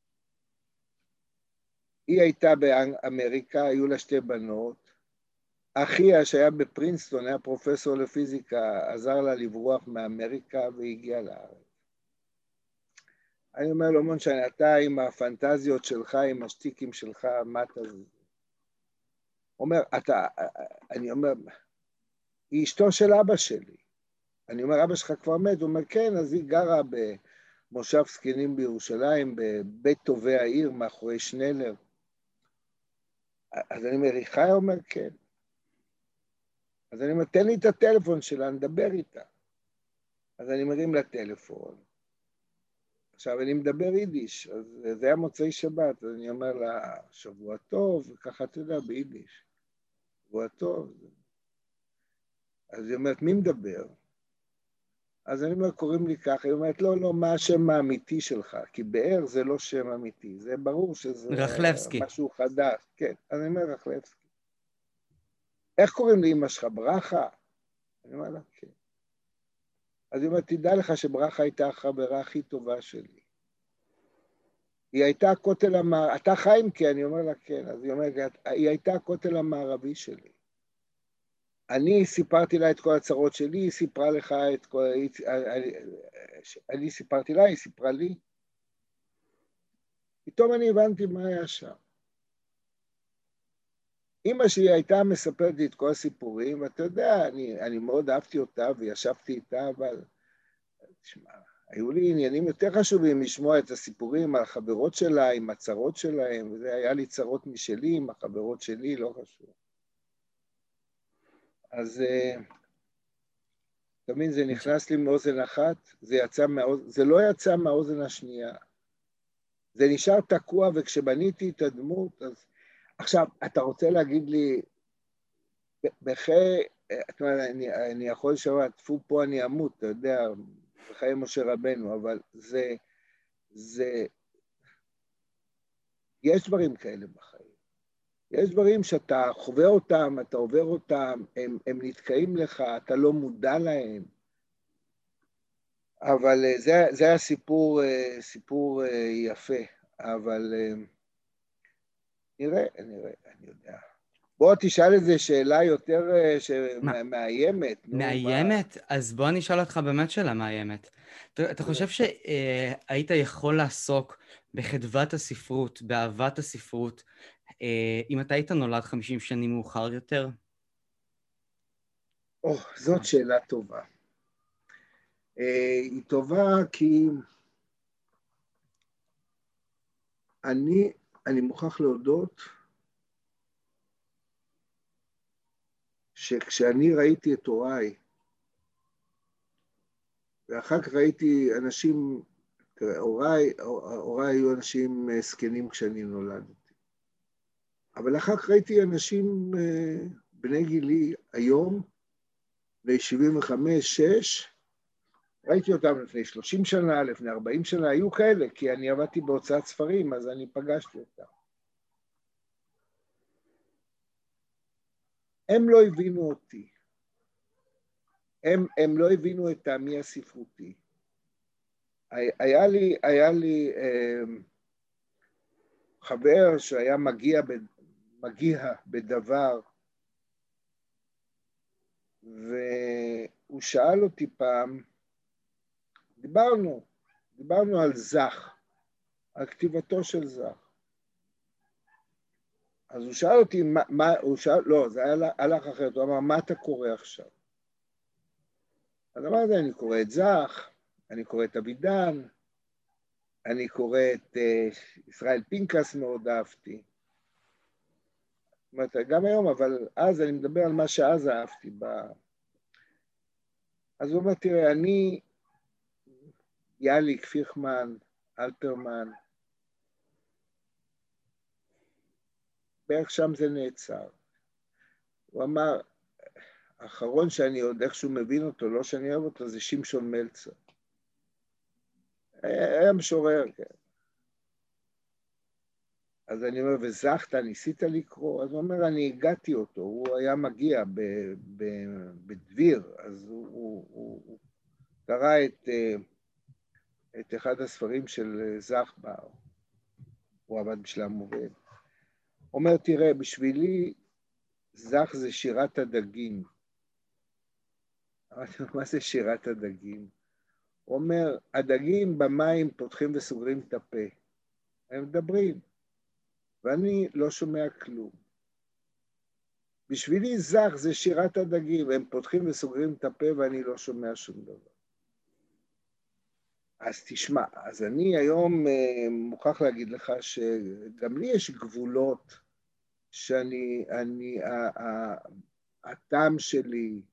היא הייתה באמריקה, היו לה שתי בנות. אחיה, שהיה בפרינסטון, היה פרופסור לפיזיקה, עזר לה לברוח מאמריקה והגיע לארץ. אני אומר לו, מונשיין, אתה עם הפנטזיות שלך, עם השטיקים שלך, מה אתה זה? הוא אומר, אתה, אני אומר, היא אשתו של אבא שלי. אני אומר, אבא שלך כבר מת? הוא אומר, כן, אז היא גרה במושב זקנים בירושלים, בבית טובי העיר, מאחורי שנלר. אז אני אומר, היא חיה? הוא אומר, כן. אז אני אומר, תן לי את הטלפון שלה, נדבר איתה. אז אני מרים לטלפון. עכשיו, אני מדבר יידיש, אז זה היה מוצאי שבת, אז אני אומר לה, שבוע טוב, וככה אתה יודע, ביידיש. שבוע טוב. אז היא אומרת, מי מדבר? אז אני אומר, קוראים לי ככה, היא אומרת, לא, לא, מה השם האמיתי שלך? כי באר זה לא שם אמיתי, זה ברור שזה רחלבסקי. משהו חדש. כן, אז אני אומר, רחלבסקי. איך קוראים לאמא שלך? ברכה? אני אומר לה, כן. אז היא אומרת, תדע לך שברכה הייתה החברה הכי טובה שלי. היא הייתה הכותל המערבי, אתה חיים? כן, אני אומר לה, כן. אז היא אומרת, היא הייתה הכותל המערבי שלי. אני סיפרתי לה את כל הצרות שלי, היא סיפרה לך את כל... אני סיפרתי לה, היא סיפרה לי. פתאום אני הבנתי מה היה שם. אמא שלי הייתה מספרת לי את כל הסיפורים, ואתה יודע, אני, אני מאוד אהבתי אותה וישבתי איתה, אבל... תשמע, היו לי עניינים יותר חשובים לשמוע את הסיפורים על החברות שלה, עם הצרות שלהם, וזה היה לי צרות משלי, עם החברות שלי, לא חשוב. אז תמיד זה נכנס לי מאוזן אחת, זה, יצא מהאוז... זה לא יצא מהאוזן השנייה. זה נשאר תקוע, וכשבניתי את הדמות, אז... עכשיו, אתה רוצה להגיד לי, בחיי, אתה יודע, אני, אני יכול לשאול, תפו פה אני אמות, אתה יודע, בחיי משה רבנו, אבל זה, זה, יש דברים כאלה בחיים. יש דברים שאתה חווה אותם, אתה עובר אותם, הם, הם נתקעים לך, אתה לא מודע להם. אבל זה, זה הסיפור, סיפור יפה, אבל נראה, נראה, אני יודע. בוא תשאל איזה שאלה יותר מאיימת. מאיימת? אז בוא אני אשאל אותך באמת שאלה מאיימת. אתה חושב שהיית יכול לעסוק בחדוות הספרות, באהבת הספרות, אם אתה היית נולד חמישים שנים מאוחר יותר? או, זאת שאלה טובה. היא טובה כי אני, אני מוכרח להודות שכשאני ראיתי את הוריי, ואחר כך ראיתי אנשים, הוריי, הוריי היו אנשים זקנים כשאני נולדתי. אבל אחר כך ראיתי אנשים בני גילי היום, ל-שבעים וחמש שש, ראיתי אותם לפני שלושים שנה, לפני ארבעים שנה, היו כאלה, כי אני עבדתי בהוצאת ספרים, אז אני פגשתי אותם. הם לא הבינו אותי. הם, הם לא הבינו את טעמי הספרותי. היה לי, היה לי אה, חבר שהיה מגיע, ב, מגיע בדבר, והוא שאל אותי פעם, דיברנו, דיברנו על זך, על כתיבתו של זך. אז הוא שאל אותי, מה, מה הוא שאל, לא, זה היה הלך אחרת, הוא אמר, מה אתה קורא עכשיו? אז אמרתי, אני קורא את זך, אני קורא את אבידן, אני קורא את uh, ישראל פינקס מאוד אהבתי. זאת אומרת, גם היום, אבל אז אני מדבר על מה שאז אהבתי. ב... אז הוא אומר, תראה, אני, יאליק, פיכמן, אלתרמן, בערך שם זה נעצר. הוא אמר, האחרון שאני עוד איכשהו מבין אותו, לא שאני אוהב אותו, זה שמשון מלצר. היה משורר, כן. אז אני אומר, וזכת, ניסית לקרוא? אז הוא אומר, אני הגעתי אותו, הוא היה מגיע ב- ב- בדביר, אז הוא, הוא, הוא, הוא קרא את, את אחד הספרים של זך בר, הוא עבד בשלם מובן. הוא אומר, תראה, בשבילי זך זה שירת הדגים. אמרתי לו, מה זה שירת הדגים? הוא אומר, הדגים במים פותחים וסוגרים את הפה. הם מדברים, ואני לא שומע כלום. בשבילי זך זה שירת הדגים, הם פותחים וסוגרים את הפה ואני לא שומע שום דבר. אז תשמע, אז אני היום מוכרח להגיד לך שגם לי יש גבולות שאני, אני, הטעם שלי,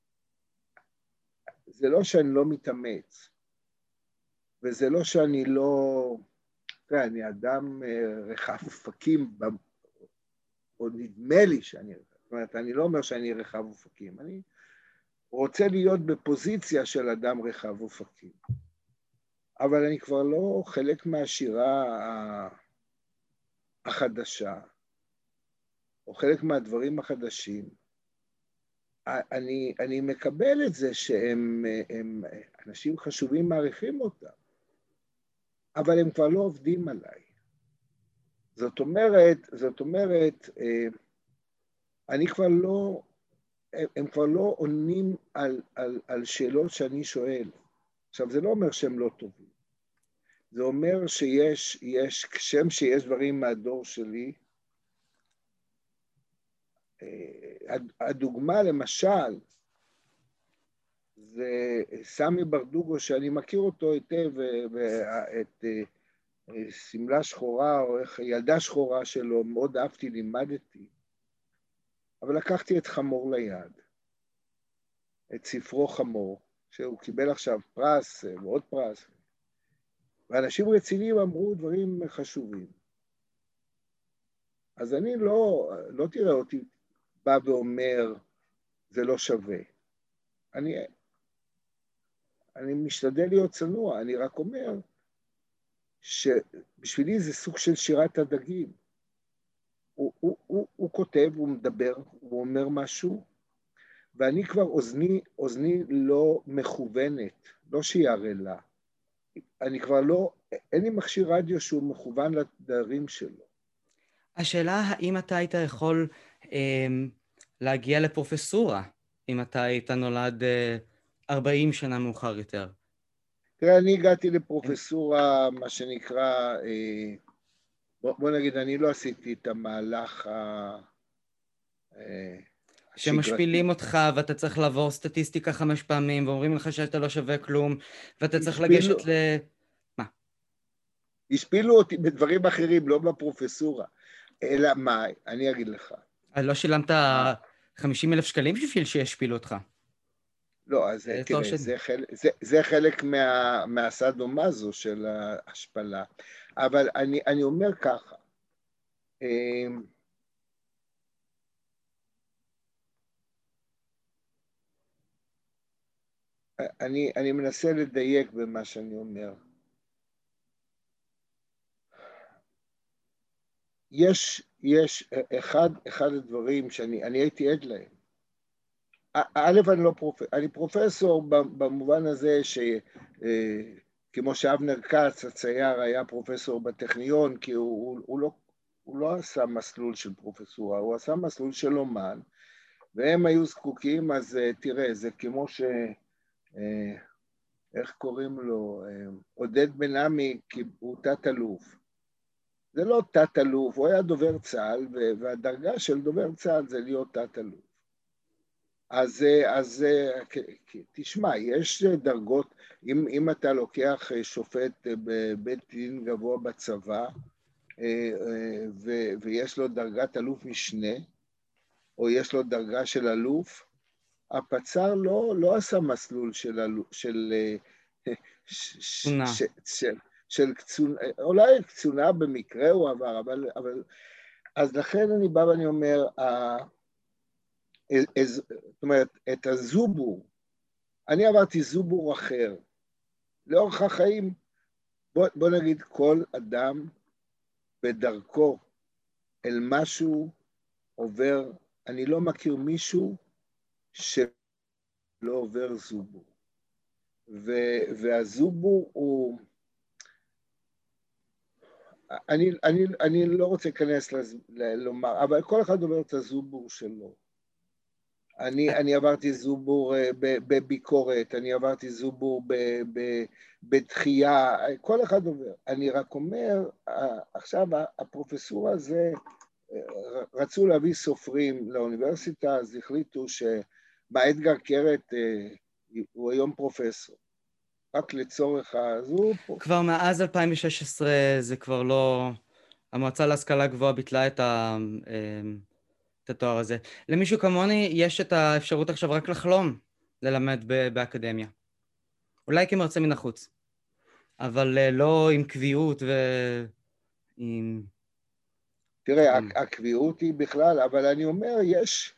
זה לא שאני לא מתאמץ, וזה לא שאני לא, תראה, אני אדם רחב אופקים, או נדמה לי שאני רחב, זאת אומרת, אני לא אומר שאני רחב אופקים, אני רוצה להיות בפוזיציה של אדם רחב אופקים. אבל אני כבר לא חלק מהשירה החדשה, או חלק מהדברים החדשים. אני, אני מקבל את זה שהם הם, אנשים חשובים מעריכים אותם, אבל הם כבר לא עובדים עליי. זאת אומרת, זאת אומרת, אני כבר לא, הם כבר לא עונים על, על, על שאלות שאני שואל. עכשיו, זה לא אומר שהם לא טובים. זה אומר שיש, יש, כשם שיש דברים מהדור שלי, הדוגמה למשל, זה סמי ברדוגו, שאני מכיר אותו היטב, ואת סמלה שחורה, או איך, ילדה שחורה שלו, מאוד אהבתי, לימדתי. אבל לקחתי את חמור ליד, את ספרו חמור, שהוא קיבל עכשיו פרס ועוד פרס, ואנשים רציניים אמרו דברים חשובים. אז אני לא, לא תראה אותי בא ואומר, זה לא שווה. אני, אני משתדל להיות צנוע, אני רק אומר שבשבילי זה סוג של שירת הדגים. הוא, הוא, הוא, הוא כותב, הוא מדבר, הוא אומר משהו, ואני כבר אוזני, אוזני לא מכוונת, לא שיער לה. אני כבר לא, אין לי מכשיר רדיו שהוא מכוון לדברים שלו. השאלה האם אתה היית יכול אה, להגיע לפרופסורה, אם אתה היית נולד אה, ארבעים שנה מאוחר יותר. תראה, אני הגעתי לפרופסורה, מה שנקרא, אה, בוא, בוא נגיד, אני לא עשיתי את המהלך ה... אה, שמשפילים אותך ואתה צריך לעבור סטטיסטיקה חמש פעמים ואומרים לך שאתה לא שווה כלום ואתה צריך השפילו, לגשת ל... מה? השפילו אותי בדברים אחרים, לא בפרופסורה. אלא מה, אני אגיד לך. לא שילמת חמישים אלף שקלים בשביל שישפילו אותך. לא, אז תראה, זה חלק, זה, זה חלק מה, מהסאדו-מאזו של ההשפלה. אבל אני, אני אומר ככה, אני, אני מנסה לדייק במה שאני אומר. יש, יש אחד, אחד הדברים שאני אני הייתי עד להם. א', אני לא פרופסור, אני פרופסור במובן הזה שכמו שאבנר כץ, הצייר, היה פרופסור בטכניון, כי הוא, הוא, הוא, לא, הוא לא עשה מסלול של פרופסורה, הוא עשה מסלול של אומן, והם היו זקוקים, אז תראה, זה כמו ש... איך קוראים לו? עודד בן עמי, כי הוא תת-אלוף. זה לא תת-אלוף, הוא היה דובר צה"ל, והדרגה של דובר צה"ל זה להיות תת-אלוף. אז, אז תשמע, יש דרגות, אם, אם אתה לוקח שופט בבית דין גבוה בצבא, ו, ויש לו דרגת אלוף משנה, או יש לו דרגה של אלוף, הפצ"ר לא, לא עשה מסלול של, של, של, של, של, של קצונה, אולי קצונה במקרה הוא עבר, אבל, אבל, אז לכן אני בא ואני אומר, זאת אומרת, את הזובור, אני עברתי זובור אחר, לאורך החיים, בוא, בוא נגיד כל אדם בדרכו אל משהו עובר, אני לא מכיר מישהו שלא עובר זובור. ו, והזובור הוא, אני, אני, אני לא רוצה להיכנס לומר, אבל כל אחד עובר את הזובור שלו. אני, אני עברתי זובור בביקורת, אני עברתי זובור בתחייה, כל אחד עובר. אני רק אומר, עכשיו הפרופסורה הזה, רצו להביא סופרים לאוניברסיטה, אז החליטו שמה אדגר קרת הוא היום פרופסור. רק לצורך הזו פה. כבר מאז אלפיים ושש עשרה זה כבר לא... המועצה להשכלה גבוהה ביטלה את ה... את התואר הזה. למישהו כמוני יש את האפשרות עכשיו רק לחלום ללמד באקדמיה. אולי כמרצה מן החוץ, אבל לא עם קביעות ועם... תראה, הקביעות היא בכלל, אבל אני אומר, יש...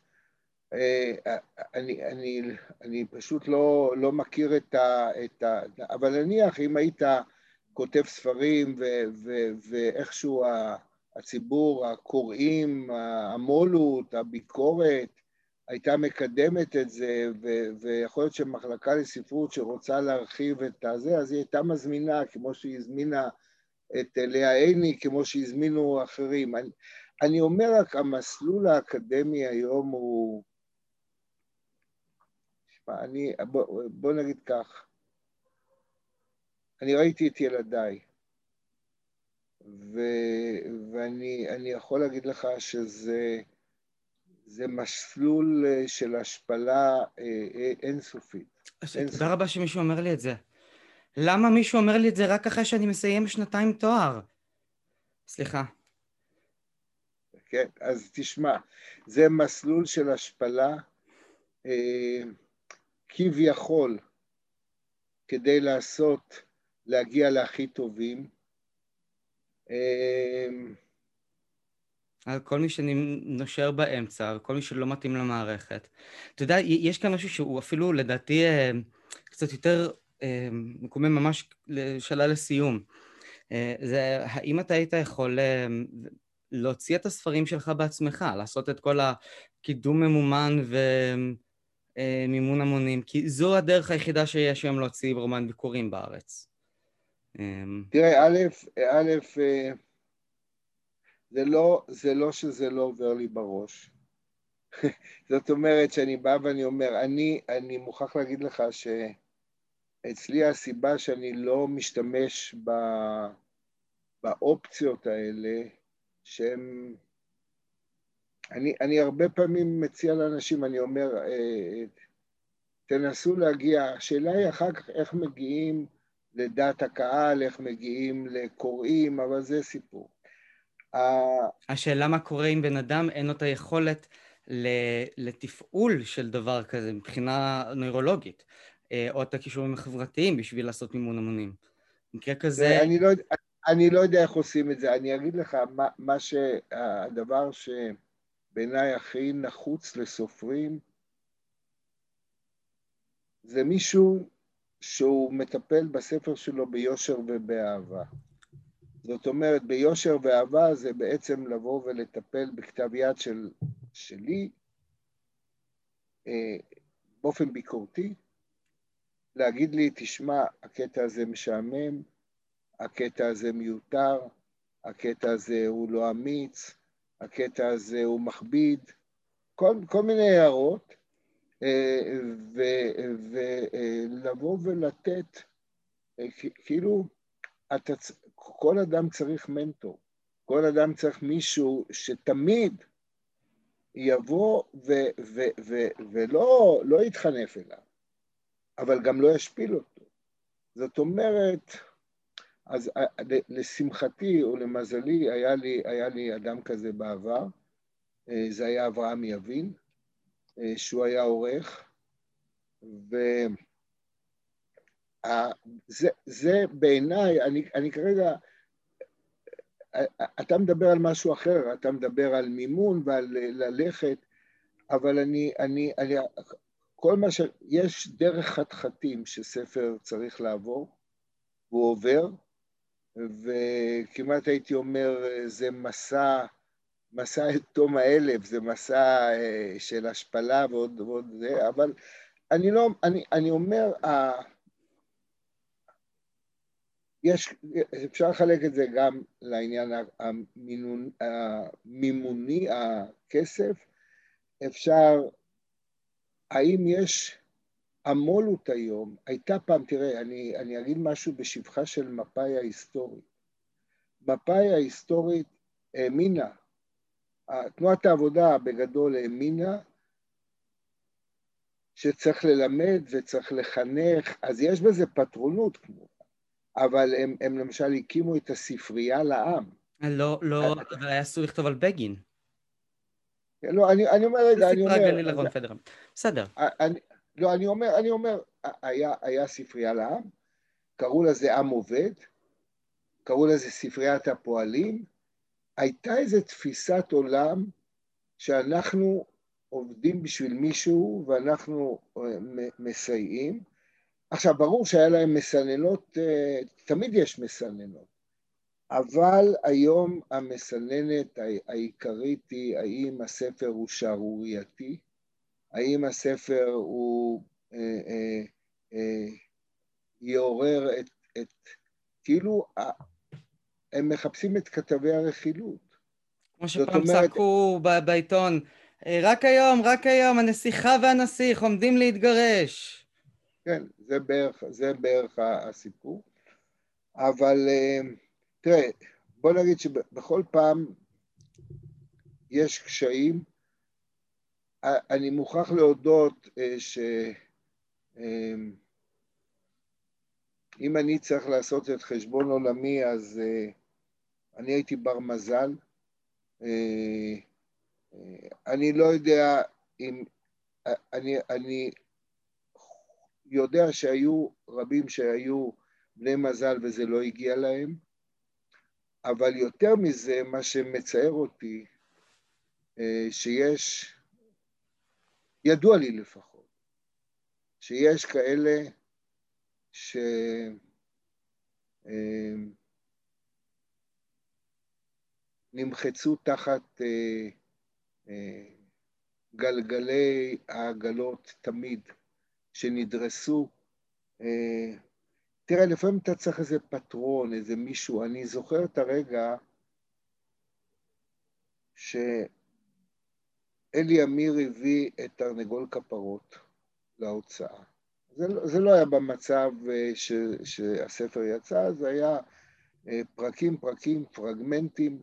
אני, אני, אני פשוט לא, לא מכיר את ה... את ה אבל נניח, אם היית כותב ספרים ו, ו, ואיכשהו הציבור, הקוראים, המולות, הביקורת, הייתה מקדמת את זה, ו, ויכול להיות שמחלקה לספרות שרוצה להרחיב את הזה, אז היא הייתה מזמינה, כמו שהיא הזמינה את לאה עיני, כמו שהזמינו אחרים. אני, אני אומר רק, המסלול האקדמי היום הוא... שמה, אני, בוא, בוא נגיד כך, אני ראיתי את ילדיי, ו, ואני אני יכול להגיד לך שזה זה מסלול של השפלה אינסופית. תודה רבה שמישהו אומר לי את זה. למה מישהו אומר לי את זה רק אחרי שאני מסיים שנתיים תואר? סליחה. כן, אז תשמע, זה מסלול של השפלה אה, כביכול כדי לעשות, להגיע להכי טובים. אה, על כל מי שנושר באמצע, כל מי שלא מתאים למערכת. אתה יודע, יש כאן משהו שהוא אפילו לדעתי קצת יותר מקומם ממש שאלה לסיום. זה האם אתה היית יכול להוציא את הספרים שלך בעצמך, לעשות את כל הקידום ממומן ומימון המונים, כי זו הדרך היחידה שיש היום להוציא רומן ביקורים בארץ. תראה, א', א', זה לא, זה לא שזה לא עובר לי בראש. זאת אומרת שאני בא ואני אומר, אני, אני מוכרח להגיד לך שאצלי הסיבה שאני לא משתמש ב, באופציות האלה, שהן, אני, אני הרבה פעמים מציע לאנשים, אני אומר, תנסו להגיע, השאלה היא אחר כך איך מגיעים לדעת הקהל, איך מגיעים לקוראים, אבל זה סיפור. השאלה מה קורה אם בן אדם אין לו את היכולת לתפעול של דבר כזה מבחינה נוירולוגית, או את הכישורים החברתיים בשביל לעשות מימון המונים. במקרה כזה... אני לא, אני לא יודע איך עושים את זה, אני אגיד לך מה, מה שהדבר שבעיניי הכי נחוץ לסופרים, זה מישהו שהוא מטפל בספר שלו ביושר ובאהבה. זאת אומרת, ביושר ואהבה זה בעצם לבוא ולטפל בכתב יד של, שלי, אה, באופן ביקורתי, להגיד לי, תשמע, הקטע הזה משעמם, הקטע הזה מיותר, הקטע הזה הוא לא אמיץ, הקטע הזה הוא מכביד, כל, כל מיני הערות, ולבוא ולתת, כאילו, אתה, כל אדם צריך מנטור, כל אדם צריך מישהו שתמיד יבוא ו, ו, ו, ולא לא יתחנף אליו, אבל גם לא ישפיל אותו. זאת אומרת, אז לשמחתי או למזלי היה לי, היה לי אדם כזה בעבר, זה היה אברהם יבין, שהוא היה עורך, וזה זה בעיניי, אני, אני כרגע, אתה מדבר על משהו אחר, אתה מדבר על מימון ועל ללכת, אבל אני, אני, אני, כל מה ש... יש דרך חתחתים שספר צריך לעבור, הוא עובר, וכמעט הייתי אומר, זה מסע, מסע את תום האלף, זה מסע של השפלה ועוד ועוד זה, אבל אני לא, אני, אני אומר, ה... יש, אפשר לחלק את זה גם לעניין המינון, המימוני, הכסף, אפשר, האם יש המולות היום, הייתה פעם, תראה, אני, אני אגיד משהו בשבחה של מפאי ההיסטורית. מפאי ההיסטורית האמינה, תנועת העבודה בגדול האמינה, שצריך ללמד וצריך לחנך, אז יש בזה פטרונות כמו, אבל הם, הם למשל הקימו את הספרייה לעם. לא, לא, אבל היה אסור לכתוב על בגין. לא, אני, אני אומר רגע, אני אומר... זה סיפרה גליל אהרון פדרמן. בסדר. אני, לא, אני אומר, אני אומר, היה, היה ספרייה לעם, קראו לזה עם עובד, קראו לזה ספריית הפועלים, הייתה איזו תפיסת עולם שאנחנו עובדים בשביל מישהו ואנחנו מסייעים. עכשיו, ברור שהיה להם מסננות, תמיד יש מסננות, אבל היום המסננת העיקרית היא האם הספר הוא שערורייתי, האם הספר הוא אה, אה, אה, יעורר את, את כאילו, הם מחפשים את כתבי הרכילות. כמו שפעם צעקו בעיתון, רק היום, רק היום, הנסיכה והנסיך עומדים להתגרש. כן, זה בערך, זה בערך הסיפור. אבל תראה, בוא נגיד שבכל פעם יש קשיים, אני מוכרח להודות שאם אני צריך לעשות את חשבון עולמי, אז אני הייתי בר מזל. אני לא יודע אם, אני, אני יודע שהיו רבים שהיו בני מזל וזה לא הגיע להם, אבל יותר מזה, מה שמצער אותי, שיש, ידוע לי לפחות, שיש כאלה ש... נמחצו תחת גלגלי העגלות תמיד, שנדרסו. תראה, לפעמים אתה צריך איזה פטרון, איזה מישהו. אני זוכר את הרגע שאלי אמיר הביא את תרנגול כפרות להוצאה. זה, זה לא היה במצב ש, שהספר יצא, זה היה פרקים, פרקים, פרגמנטים.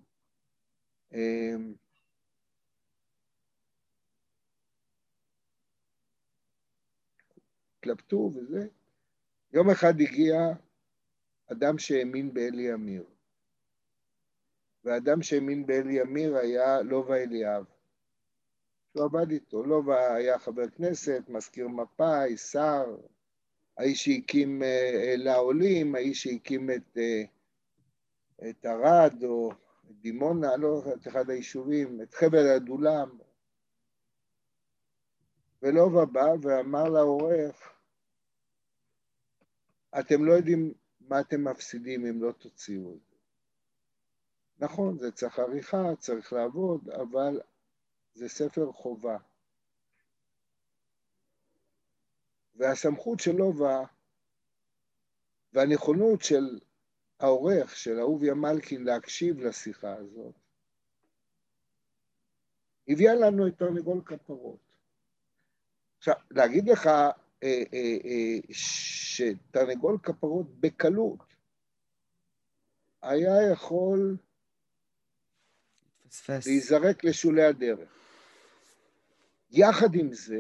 התלבטו וזה. יום אחד הגיע אדם שהאמין באלי אמיר. והאדם שהאמין באלי אמיר היה לובה אליאב. הוא עבד איתו. לובה היה חבר כנסת, מזכיר מפא"י, שר, האיש שהקים לעולים, האיש שהקים את, את ערד או את דימונה, לא את אחד היישובים, את חבל הדולם. ולובה בא ואמר לעורך, אתם לא יודעים מה אתם מפסידים אם לא תוציאו את זה. נכון, זה צריך עריכה, צריך לעבוד, אבל זה ספר חובה. והסמכות של לובה והנכונות של העורך, של אהוביה מלכין, להקשיב לשיחה הזאת, הביאה לנו את תרנגול כפרות. עכשיו, להגיד לך אה, אה, אה, שתרנגול כפרות בקלות היה יכול פספס. להיזרק לשולי הדרך. יחד עם זה,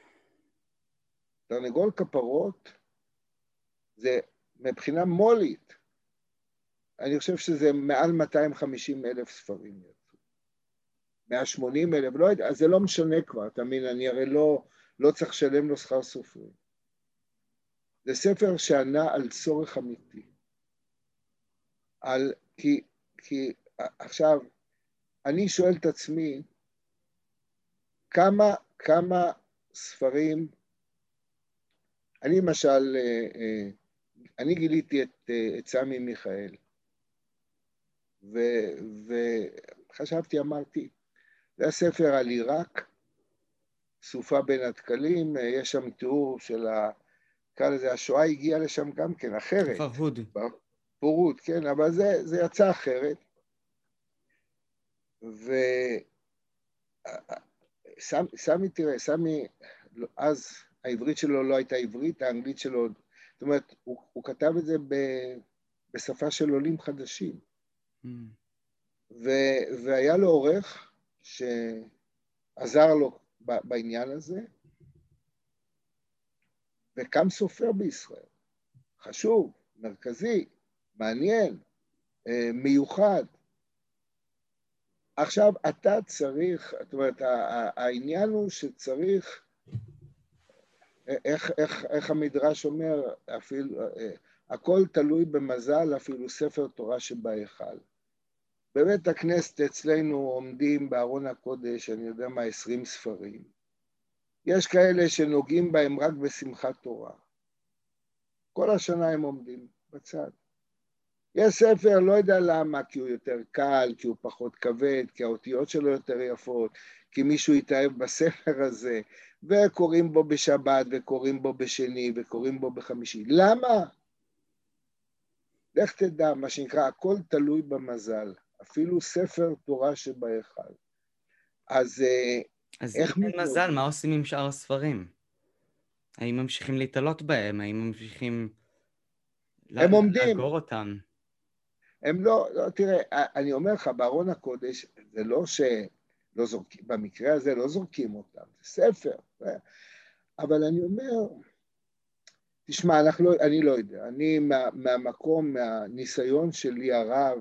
תרנגול כפרות זה מבחינה מולית, אני חושב שזה מעל מאתיים וחמישים אלף ספרים יצאו. מאה ושמונים אלף, לא יודע, אז זה לא משנה כבר, אתה מבין, אני הרי לא, לא צריך לשלם לו שכר סופרים. זה ספר שענה על צורך אמיתי. על, כי, כי עכשיו, אני שואל את עצמי, כמה, כמה ספרים, אני למשל, אני גיליתי את, את סמי מיכאל, וחשבתי, אמרתי, זה הספר על עיראק, סופה בין התקלים, יש שם תיאור של ה... קרא לזה, השואה הגיעה לשם גם כן, אחרת. פרהוד. פרהוד, כן, אבל זה, זה יצא אחרת. וסמי, תראה, סמי, אז העברית שלו לא הייתה עברית, האנגלית שלו, זאת אומרת, הוא, הוא כתב את זה ב, בשפה של עולים חדשים. Mm. ו, והיה לו עורך שעזר לו בעניין הזה, וקם סופר בישראל, חשוב, מרכזי, מעניין, מיוחד. עכשיו, אתה צריך, זאת אומרת, העניין הוא שצריך, איך, איך, איך המדרש אומר, אפילו, הכל תלוי במזל, אפילו ספר תורה שבהיכל. בבית הכנסת אצלנו עומדים בארון הקודש, אני יודע מה, עשרים ספרים. יש כאלה שנוגעים בהם רק בשמחת תורה. כל השנה הם עומדים בצד. יש ספר, לא יודע למה, כי הוא יותר קל, כי הוא פחות כבד, כי האותיות שלו יותר יפות, כי מישהו יתאהב בספר הזה, וקוראים בו בשבת, וקוראים בו בשני, וקוראים בו בחמישי. למה? לך תדע, מה שנקרא, הכל תלוי במזל. אפילו ספר תורה שבהיכל. אז, אז איך אם אין מתמודד? מזל, מה עושים עם שאר הספרים? האם ממשיכים להתעלות בהם? האם ממשיכים הם עומדים. לאגור אותם? הם לא, לא, תראה, אני אומר לך, בארון הקודש, זה לא ש... לא זורקים, במקרה הזה לא זורקים אותם, זה ספר. אבל אני אומר, תשמע, לא, אני לא יודע, אני מה, מהמקום, מהניסיון שלי הרב,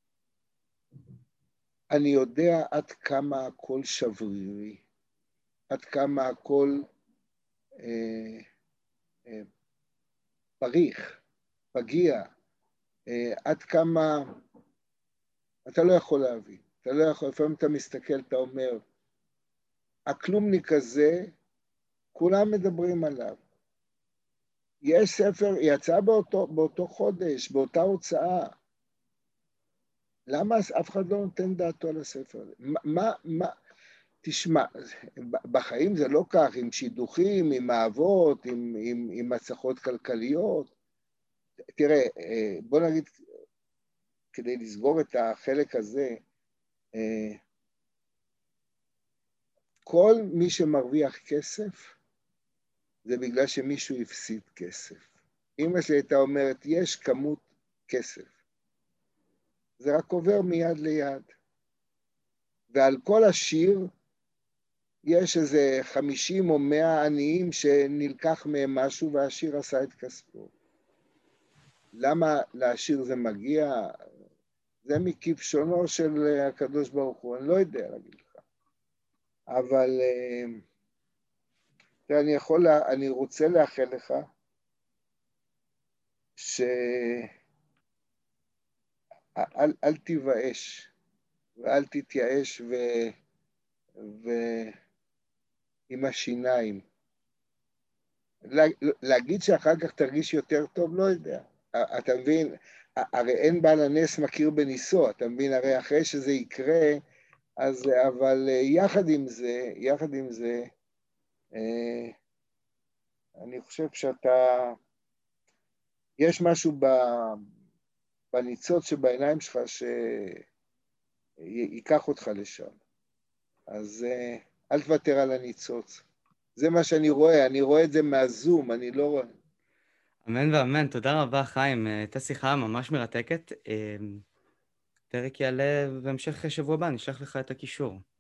אני יודע עד כמה הכל שברירי, עד כמה הכל אה, אה, פריך, פגיע, אה, עד כמה אתה לא יכול להבין, אתה לא יכול, לפעמים אתה מסתכל, אתה אומר, הכלומניק הזה, כולם מדברים עליו. יש ספר, יצא באותו, באותו חודש, באותה הוצאה. למה אף אחד לא נותן דעתו על הספר הזה? מה, מה, תשמע, בחיים זה לא כך, עם שידוכים, עם אהבות, עם, עם, עם הצלחות כלכליות. תראה, בוא נגיד, כדי לסגור את החלק הזה, כל מי שמרוויח כסף, זה בגלל שמישהו הפסיד כסף. אמא שלי הייתה אומרת, יש כמות כסף. זה רק עובר מיד ליד. ועל כל השיר, יש איזה חמישים או מאה עניים שנלקח מהם משהו, והשיר עשה את כספו. למה לעשיר זה מגיע? זה מכבשונו של הקדוש ברוך הוא, אני לא יודע להגיד לך. אבל תראה, אני יכול, אני רוצה לאחל לך, שאל אל תיוואש, ואל תתייאש ו... ו... עם השיניים. לה... להגיד שאחר כך תרגיש יותר טוב, לא יודע. אתה מבין, הרי אין בעל הנס מכיר בניסו, אתה מבין, הרי אחרי שזה יקרה, אז, אבל יחד עם זה, יחד עם זה, אני חושב שאתה, יש משהו ב... בניצוץ שבעיניים שלך שיקח אותך לשם. אז אל תוותר על הניצוץ. זה מה שאני רואה, אני רואה את זה מהזום, אני לא רואה. אמן ואמן, תודה רבה חיים, הייתה שיחה ממש מרתקת. פרק יעלה בהמשך שבוע הבא, נשלח לך את הקישור.